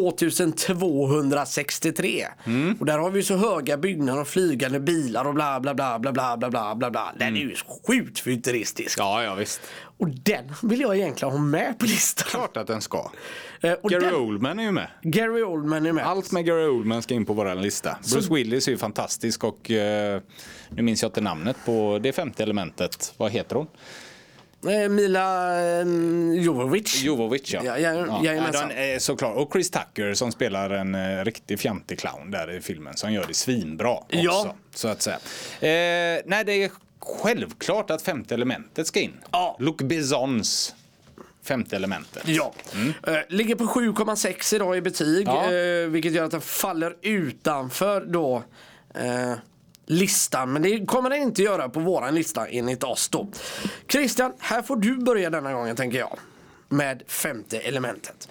tjugotvåhundrasextiotre. Mm. Och där har vi så höga byggnader och flygande bilar och bla bla bla bla bla bla bla bla bla. Den är ju sjukt futuristisk. Ja, ja, visst. Och den vill jag egentligen ha med på listan. Klart att den ska. Eh, och Gary den, Oldman är ju med. Gary Oldman är med. Allt med Gary Oldman ska in på vår lista. Bruce Willis är ju fantastisk och eh, nu minns jag inte namnet på det femte elementet. Vad heter hon? Eh, Mila eh, Jovovich. Jovovich, ja. Ja, ja, ja. jajamensan. Den är såklart. Och Chris Tucker som spelar en eh, riktig fjantig clown där i filmen. Som gör det svinbra också. Ja. Så att säga. Eh, nej, det är självklart att femte elementet ska in. Ja. Luc Bessons femte elementet. Ja. Mm. Uh, ligger på sju komma sex idag i betyg. Ja. Uh, vilket gör att den faller utanför då uh, listan. Men det kommer den inte göra på våran lista enligt oss då. Christian, här får du börja denna gången tänker jag. Med femte elementet.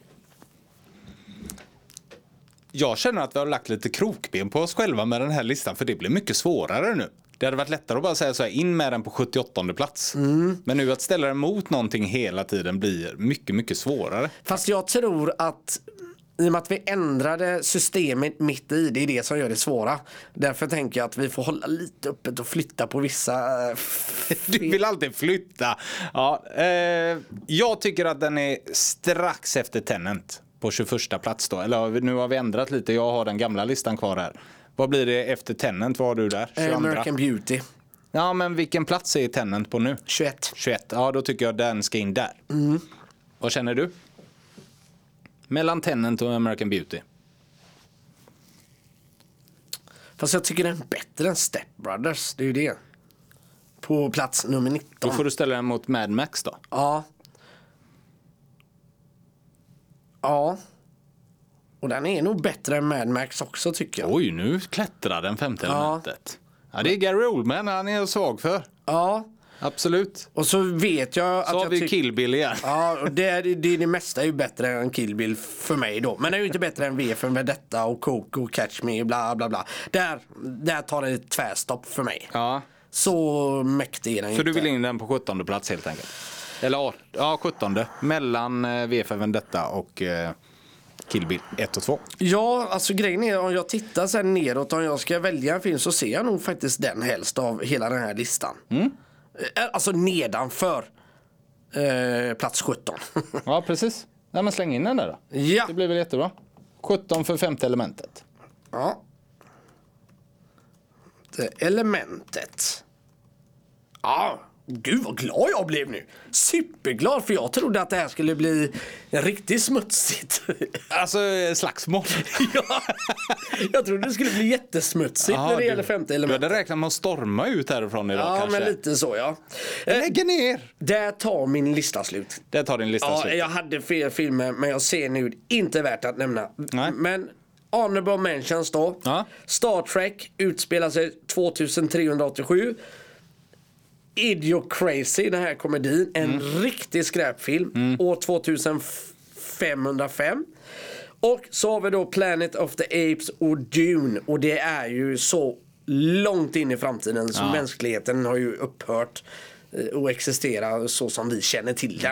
Jag känner att vi har lagt lite krokben på oss själva med den här listan. För det blir mycket svårare nu. Det hade varit lättare att bara säga så här, in med den på sjuttioåttonde plats. Mm. Men nu att ställa den mot någonting hela tiden blir mycket, mycket svårare. Fast jag tror att i och med att vi ändrade systemet mitt i, det är det som gör det svåra. Därför tänker jag att vi får hålla lite öppet och flytta på vissa... Du vill alltid flytta. Ja, eh, jag tycker att den är strax efter Tenet på tjugoförsta plats då. Eller nu har vi ändrat lite, jag har den gamla listan kvar här. Vad blir det efter Tenet? Vad har du där? tjugoandra. American Beauty. Ja, men vilken plats är Tenet på nu? tjugoett. tjugoett. Ja, då tycker jag den ska in där. Mm. Vad känner du? Mellan Tenet och American Beauty. Fast jag tycker den är bättre än Step Brothers. Det är ju det. På plats nummer nitton. Då får du ställa den mot Mad Max då. Ja. Ja. Och den är nog bättre än Mad Max också tycker jag. Oj, nu klättrar den femte Ja. elementet. Ja, det är Gary Oldman, han är jag svag för. Ja. Absolut. Och så vet jag att Så har jag vi tycker... Kill Bill igen. Ja, och det, är, det, det mesta är ju bättre än Kill Bill för mig då. Men det är ju inte bättre än V för med detta och Coke och Catch Me och bla bla bla. Där, där tar det ett tvärstopp för mig. Ja, Så mäktig är den så inte. du vill in den på sjuttonde plats helt enkelt? Eller ja, sjuttonde. Mellan eh, V för Vendetta och eh, Kill Bill ett och två. Ja, alltså grejen är om jag tittar sen neråt om jag ska välja en film så ser jag nog faktiskt den helst av hela den här listan. Mm. Alltså nedanför eh, plats sjutton. Ja, precis. Ja, men släng in den där då. Ja. Det blir väl jättebra. sjutton för femte elementet. Ja. Det elementet. Ja, gud vad glad jag blev nu. Superglad för jag trodde att det här skulle bli riktigt smutsigt. Alltså slagsmål. Ja, jag trodde det skulle bli jättesmutsigt Aha, när det du, gäller femte Du elementet. hade räknat med att storma ut härifrån idag Ja, kanske. men lite så ja. Jag lägger ner. Där tar min lista slut. Det tar din lista Ja, slut. jag hade fel filmer men jag ser nu inte värt att nämna. Nej. Men honorable mentions då. Ja. Star Trek utspelar sig tjugotrehundraåttiosju. Idiocrazy, den här komedin. En Mm. riktig skräpfilm. Mm. År tjugofemhundrafem. Och så har vi då Planet of the Apes och Dune. Och det är ju så långt in i framtiden. Så Ja. mänskligheten har ju upphört att existera så som vi känner till den.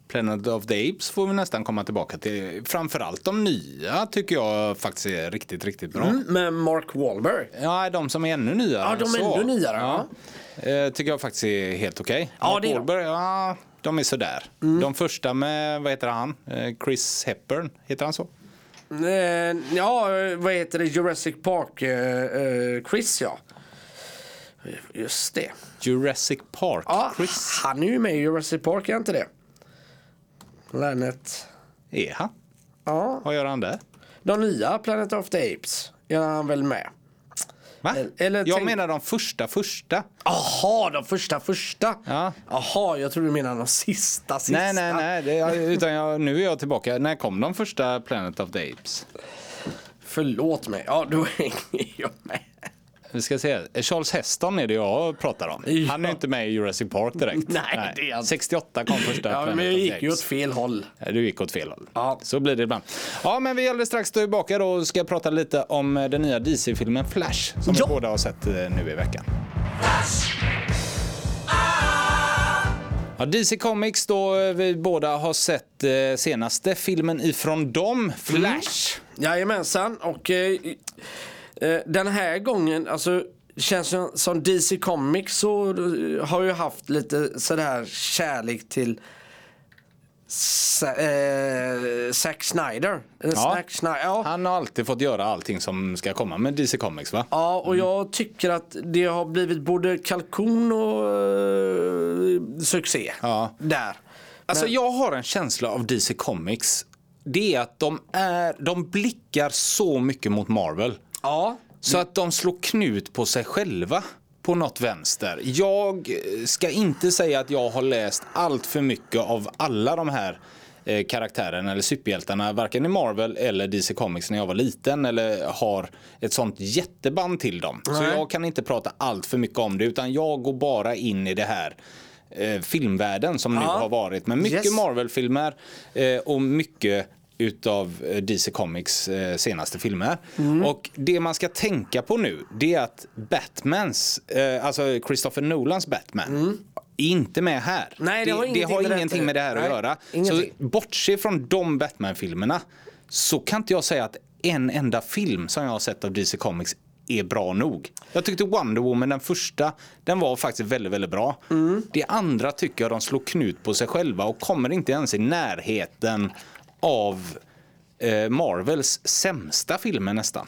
Planet of the Apes får vi nästan komma tillbaka till. Framförallt de nya tycker jag faktiskt är riktigt, riktigt bra. Mm, med Mark Wahlberg. Ja, de som är ännu nyare. Ja, de är så. ännu nyare. Ja. Eh, tycker jag faktiskt är helt okej. Okay. Ja, Mark det är Wahlberg, ja, de är sådär. Mm. De första med, vad heter han? Eh, Chris Hepburn, heter han så? Eh, ja, vad heter det? Jurassic Park. Eh, eh, Chris, ja. Just det. Jurassic Park. Ja, Chris. han är ju med i Jurassic Park, är inte det? Planet. Är han? Ja. Vad gör han där? De nya Planet of the Apes gör han väl med. Va? Eller jag tänk... menar de första första. Jaha, de första första. Ja. Jaha, jag tror du menar de sista sista. Nej, nej, nej. Det är, utan jag, nu är jag tillbaka. När kom de första Planet of the Apes? Förlåt mig. Ja, då hänger jag med. Vi ska se. Charles Heston är det jag pratar om. Ja. Han är inte med i Jurassic Park direkt. Nej, Nej. det är han. sextioåtta kom första ja, Planet men jag of the gick Apes. ju åt fel håll. Du gick åt fel håll. Ja. Så blir det ibland. Ja, men vi är alldeles strax tillbaka då och ska prata lite om den nya D C-filmen Flash som ja. vi båda har sett nu i veckan. Ja, D C Comics då vi båda har sett eh, senaste filmen ifrån dem, Flash. Mm. Jajamensan, och eh, eh, den här gången, alltså känns som, som D C Comics så uh, har ju haft lite sådär kärlek till Sa, eh, Zack Snyder. Ja. Zack Snyder. Ja. Han har alltid fått göra allting som ska komma med D C Comics, va? Ja, och jag tycker att det har blivit både kalkon och uh, succé Ja. där. Alltså Men- jag har en känsla av D C Comics. Det är att de, är, de blickar så mycket mot Marvel. Ja. Så att de slår knut på sig själva på något vänster. Jag ska inte säga att jag har läst allt för mycket av alla de här eh, karaktärerna eller superhjältarna, varken i Marvel eller D C Comics när jag var liten, eller har ett sånt jätteband till dem. Nej. Så jag kan inte prata allt för mycket om det, utan jag går bara in i det här eh, filmvärlden som nu Ja. har varit med mycket Yes. Marvel-filmer eh, och mycket utav D C Comics eh, senaste filmer. Mm. Och det man ska tänka på nu, det är att Batmans, eh, alltså Christopher Nolans Batman, mm. är inte med här. Nej, det har det, ingenting det har med ingenting det. med det här Nej, att göra. ingenting. Så bortse från de Batman-filmerna så kan inte jag säga att en enda film som jag har sett av D C Comics är bra nog. Jag tyckte Wonder Woman, den första, den var faktiskt väldigt, väldigt bra. Mm. Det andra tycker jag de slår knut på sig själva och kommer inte ens i närheten av eh, Marvels sämsta filmer nästan.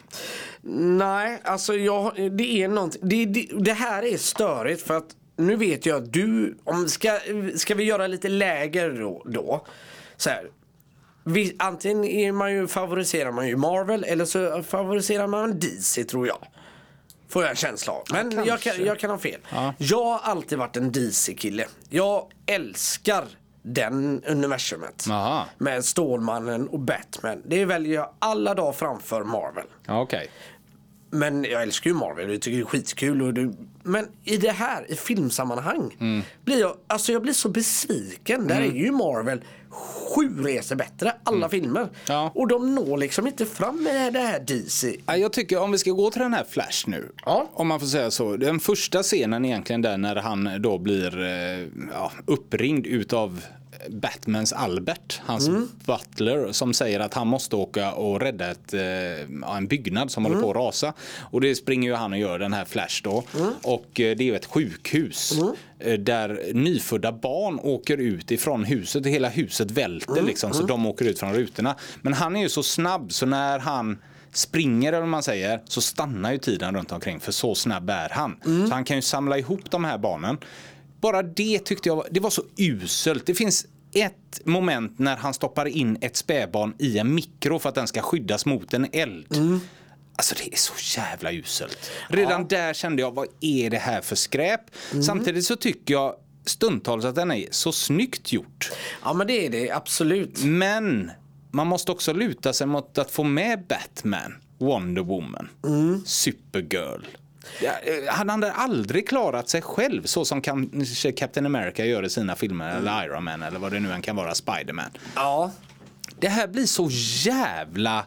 Nej, alltså jag, det är någonting. Det, det, det här är störigt för att nu vet jag att du, om ska, ska vi göra lite läger då, då så här. Vi, antingen är man ju, favoriserar man ju Marvel eller så favoriserar man D C, tror jag. Får jag en känsla av. Men Ja, jag, kan, jag kan ha fel. Ja. Jag har alltid varit en D C-kille. Jag älskar den universumet. Aha. Med Stålmannen och Batman. Det väljer jag alla dagar framför Marvel. Ja, okej. Men jag älskar ju Marvel, jag tycker det är skitkul och det, men i det här, i filmsammanhang mm. blir jag, alltså jag blir så besviken. Mm. Där är ju Marvel sju resor bättre, alla mm. filmer. Ja. Och de når liksom inte fram med det här D C. Jag tycker om vi ska gå till den här Flash nu, Ja. om man får säga så. Den första scenen egentligen där när han då blir eh, ja, uppringd utav Batmans Albert, hans mm. butler, som säger att han måste åka och rädda ett, eh, en byggnad som mm. håller på att rasa. Och det springer ju han och gör, den här Flash då. Mm. Och eh, det är ju ett sjukhus mm. eh, där nyfödda barn åker ut ifrån huset. Hela huset välter mm. liksom, så mm. de åker ut från rutorna. Men han är ju så snabb så när han springer, eller man säger, så stannar ju tiden runt omkring, för så snabb är han. Mm. Så han kan ju samla ihop de här barnen. Bara det tyckte jag, det var så uselt. Det finns ett moment när han stoppar in ett spädbarn i en mikro för att den ska skyddas mot en eld. Mm. Alltså det är så jävla uselt. Redan ja. där kände jag, vad är det här för skräp? Mm. Samtidigt så tycker jag stundtals att den är så snyggt gjort. Ja, men det är det, absolut. Men man måste också luta sig mot att få med Batman, Wonder Woman, mm. Supergirl. Ja, han hade aldrig klarat sig själv så som kanske Captain America gör i sina filmer, mm. eller Iron Man, eller vad det nu än kan vara, Spider-Man. Ja. Det här blir så jävla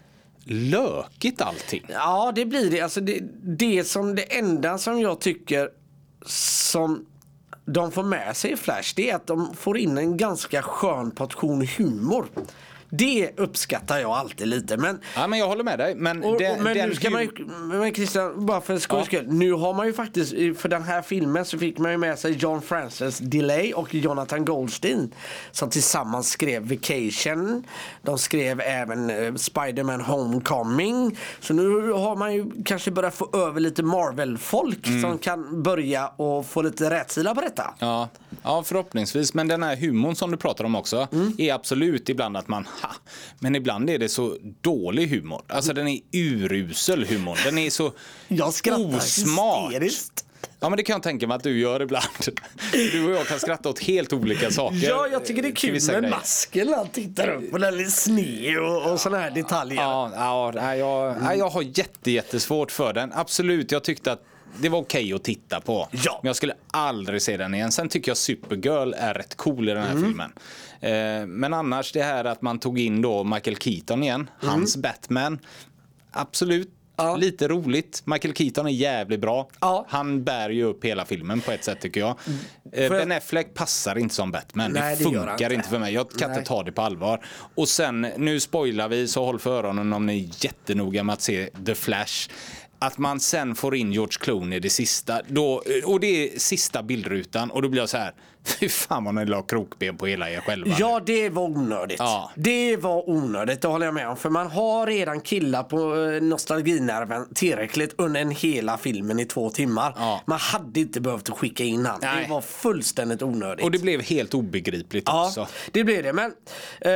lökigt allting. Ja, det blir det. Alltså det, det som det enda som jag tycker som de får med sig i Flash, det är att de får in en ganska skön portion humor. Det uppskattar jag alltid lite. Men, ja, men jag håller med dig. Men, och, den, och, men den nu ska man ju, men Christian, bara för skojs skull, nu har man ju faktiskt, för den här filmen så fick man ju med sig John Francis Delay och Jonathan Goldstein som tillsammans skrev Vacation. De skrev även uh, Spider-Man Homecoming. Så nu har man ju kanske börjat få över lite Marvel-folk mm. som kan börja och få lite rätsida på detta. Ja, ja, förhoppningsvis. Men den här humorn som du pratar om också mm. är absolut ibland att man ha, men ibland är det så dålig humor. Alltså den är urusel humor. Den är så jag osmart. Hysteriskt. Ja, men det kan jag tänka mig att du gör ibland. Du och jag kan skratta åt helt olika saker. Ja, jag tycker det är kul med masken. Han tittar upp och den är sned och, och såna här detaljer. Ja, ja jag, ja, jag har jätte, jättesvårt för den. Absolut, jag tyckte att det var okej att titta på. Ja. Men jag skulle aldrig se den igen. Sen tycker jag Supergirl är rätt cool i den här mm. filmen. Eh, men annars det här att man tog in då Michael Keaton igen. Mm. Hans Batman. Absolut. Ja. Lite roligt. Michael Keaton är jävligt bra. Ja. Han bär ju upp hela filmen på ett sätt tycker jag. Eh, Ben Affleck passar inte som Batman. Nej, det funkar det inte. inte för mig. Jag kan Nej. inte ta det på allvar. Och sen, nu spoilar vi så håll för öronen om ni är jättenoga med att se The Flash. Att man sen får in George Clooney det sista då, och det är sista bildrutan och då blir jag så här, fy fan vad ni la krokben på hela er själva. Ja, det var onödigt. Ja. Det var onödigt, det håller jag med om. För man har redan killar på nostalginerven tillräckligt under en hela filmen i två timmar. Ja. Man hade inte behövt skicka in han. Nej. Det var fullständigt onödigt. Och det blev helt obegripligt ja, också. Det blev det, men eh,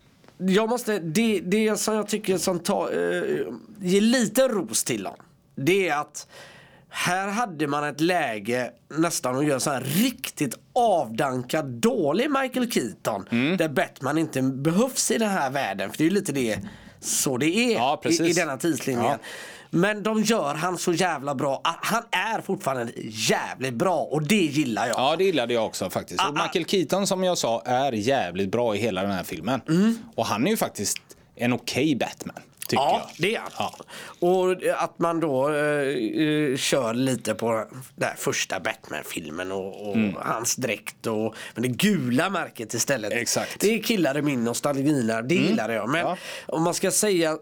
jag måste, det, det som jag tycker som tar, eh, ger lite ros till dem. Det är att här hade man ett läge nästan att göra så här riktigt avdankad dålig Michael Keaton mm. där Batman inte behövs i den här världen, för det är ju lite det så det är ja, i, i denna tidslinjen. Ja. Men de gör han så jävla bra. Han är fortfarande jävligt bra och det gillar jag. Ja, det gillade jag också faktiskt. Ah, och Michael Keaton som jag sa är jävligt bra i hela den här filmen. Mm. Och han är ju faktiskt en okej Batman. Ja, jag. det är ja. Och att man då uh, kör lite på den här första Batman-filmen och, och mm. hans dräkt och men det gula märket istället. Exakt. Det killade min nostalgina, det mm. gillade jag. Men ja. om man ska säga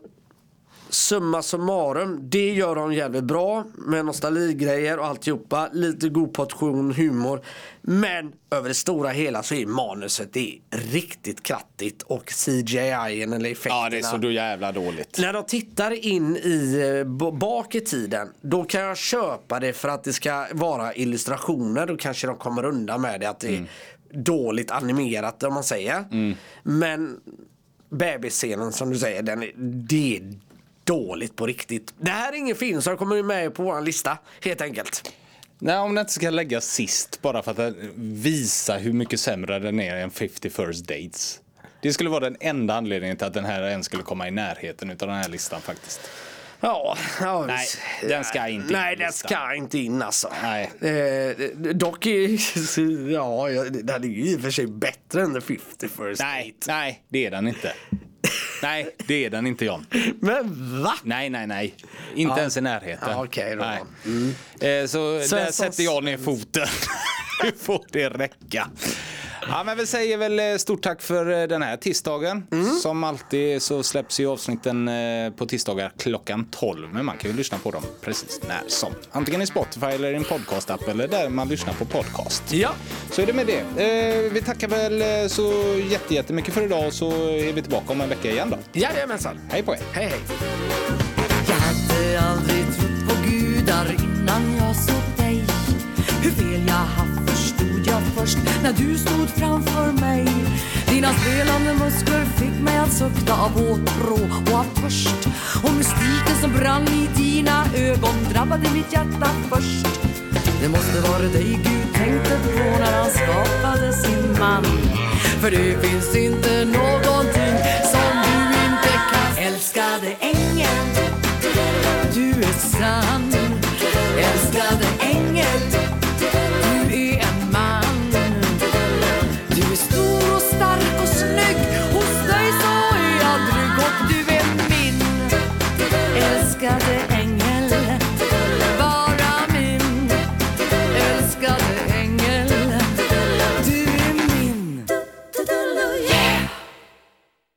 summa summarum, det gör de jävligt bra med nostalgigrejer och alltihopa, lite god portion humor, men över det stora hela så är manuset det är riktigt krattigt och C G I eller effekterna. Ja, det är så då jävla dåligt. När de tittar in i bak i tiden, då kan jag köpa det för att det ska vara illustrationer, då kanske de kommer undan med det att det är mm. dåligt animerat om man säger. Mm. Men bebisscenen som du säger, den är, det är dåligt på riktigt. Det här är ingen film som kommer med på vår lista, helt enkelt. Nej, om den inte ska lägga sist bara för att visa hur mycket sämre den är än fifty First Dates. Det skulle vara den enda anledningen till att den här ens skulle komma i närheten utav den här listan faktiskt. Ja, ja nej, den ska inte in. Nej, den ska inte in alltså. Nej. Eh, dock är, ja, den är ju i och för sig bättre än the fifty First Nej, Date. Nej, det är den inte. Nej, det är den inte, John. Men va? Nej, nej, nej. Inte ja. ens i närheten. Ja, okej då. Nej. Mm. Eh, så, så där så... sätter jag ner foten. Hur får det räcka? Ja, men vi säger väl stort tack för den här tisdagen. Mm. Som alltid så släpps ju avsnitten på tisdagar klockan tolv. Men man kan ju lyssna på dem precis när som. Antingen i Spotify eller i en podcastapp eller där man lyssnar på podcast. Ja. Så är det med det. Eh, vi tackar väl så jätte, jättemycket för idag, så är vi tillbaka om en vecka igen då. Jajamensan. Hej på er. Hej, hej. Jag hade aldrig trott på gudar innan jag såg dig. Hur fel jag haft förstod jag först när du stod framför mig. Dina spelande muskler fick mig att sukta av åtrå och av törst. Och mystiken som brann i dina ögon drabbade mitt hjärta först. Det måste vara dig Gud tänkte på när han skapade sin man. För det finns inte någonting som du inte kan. Älskade ängeln, du är sann.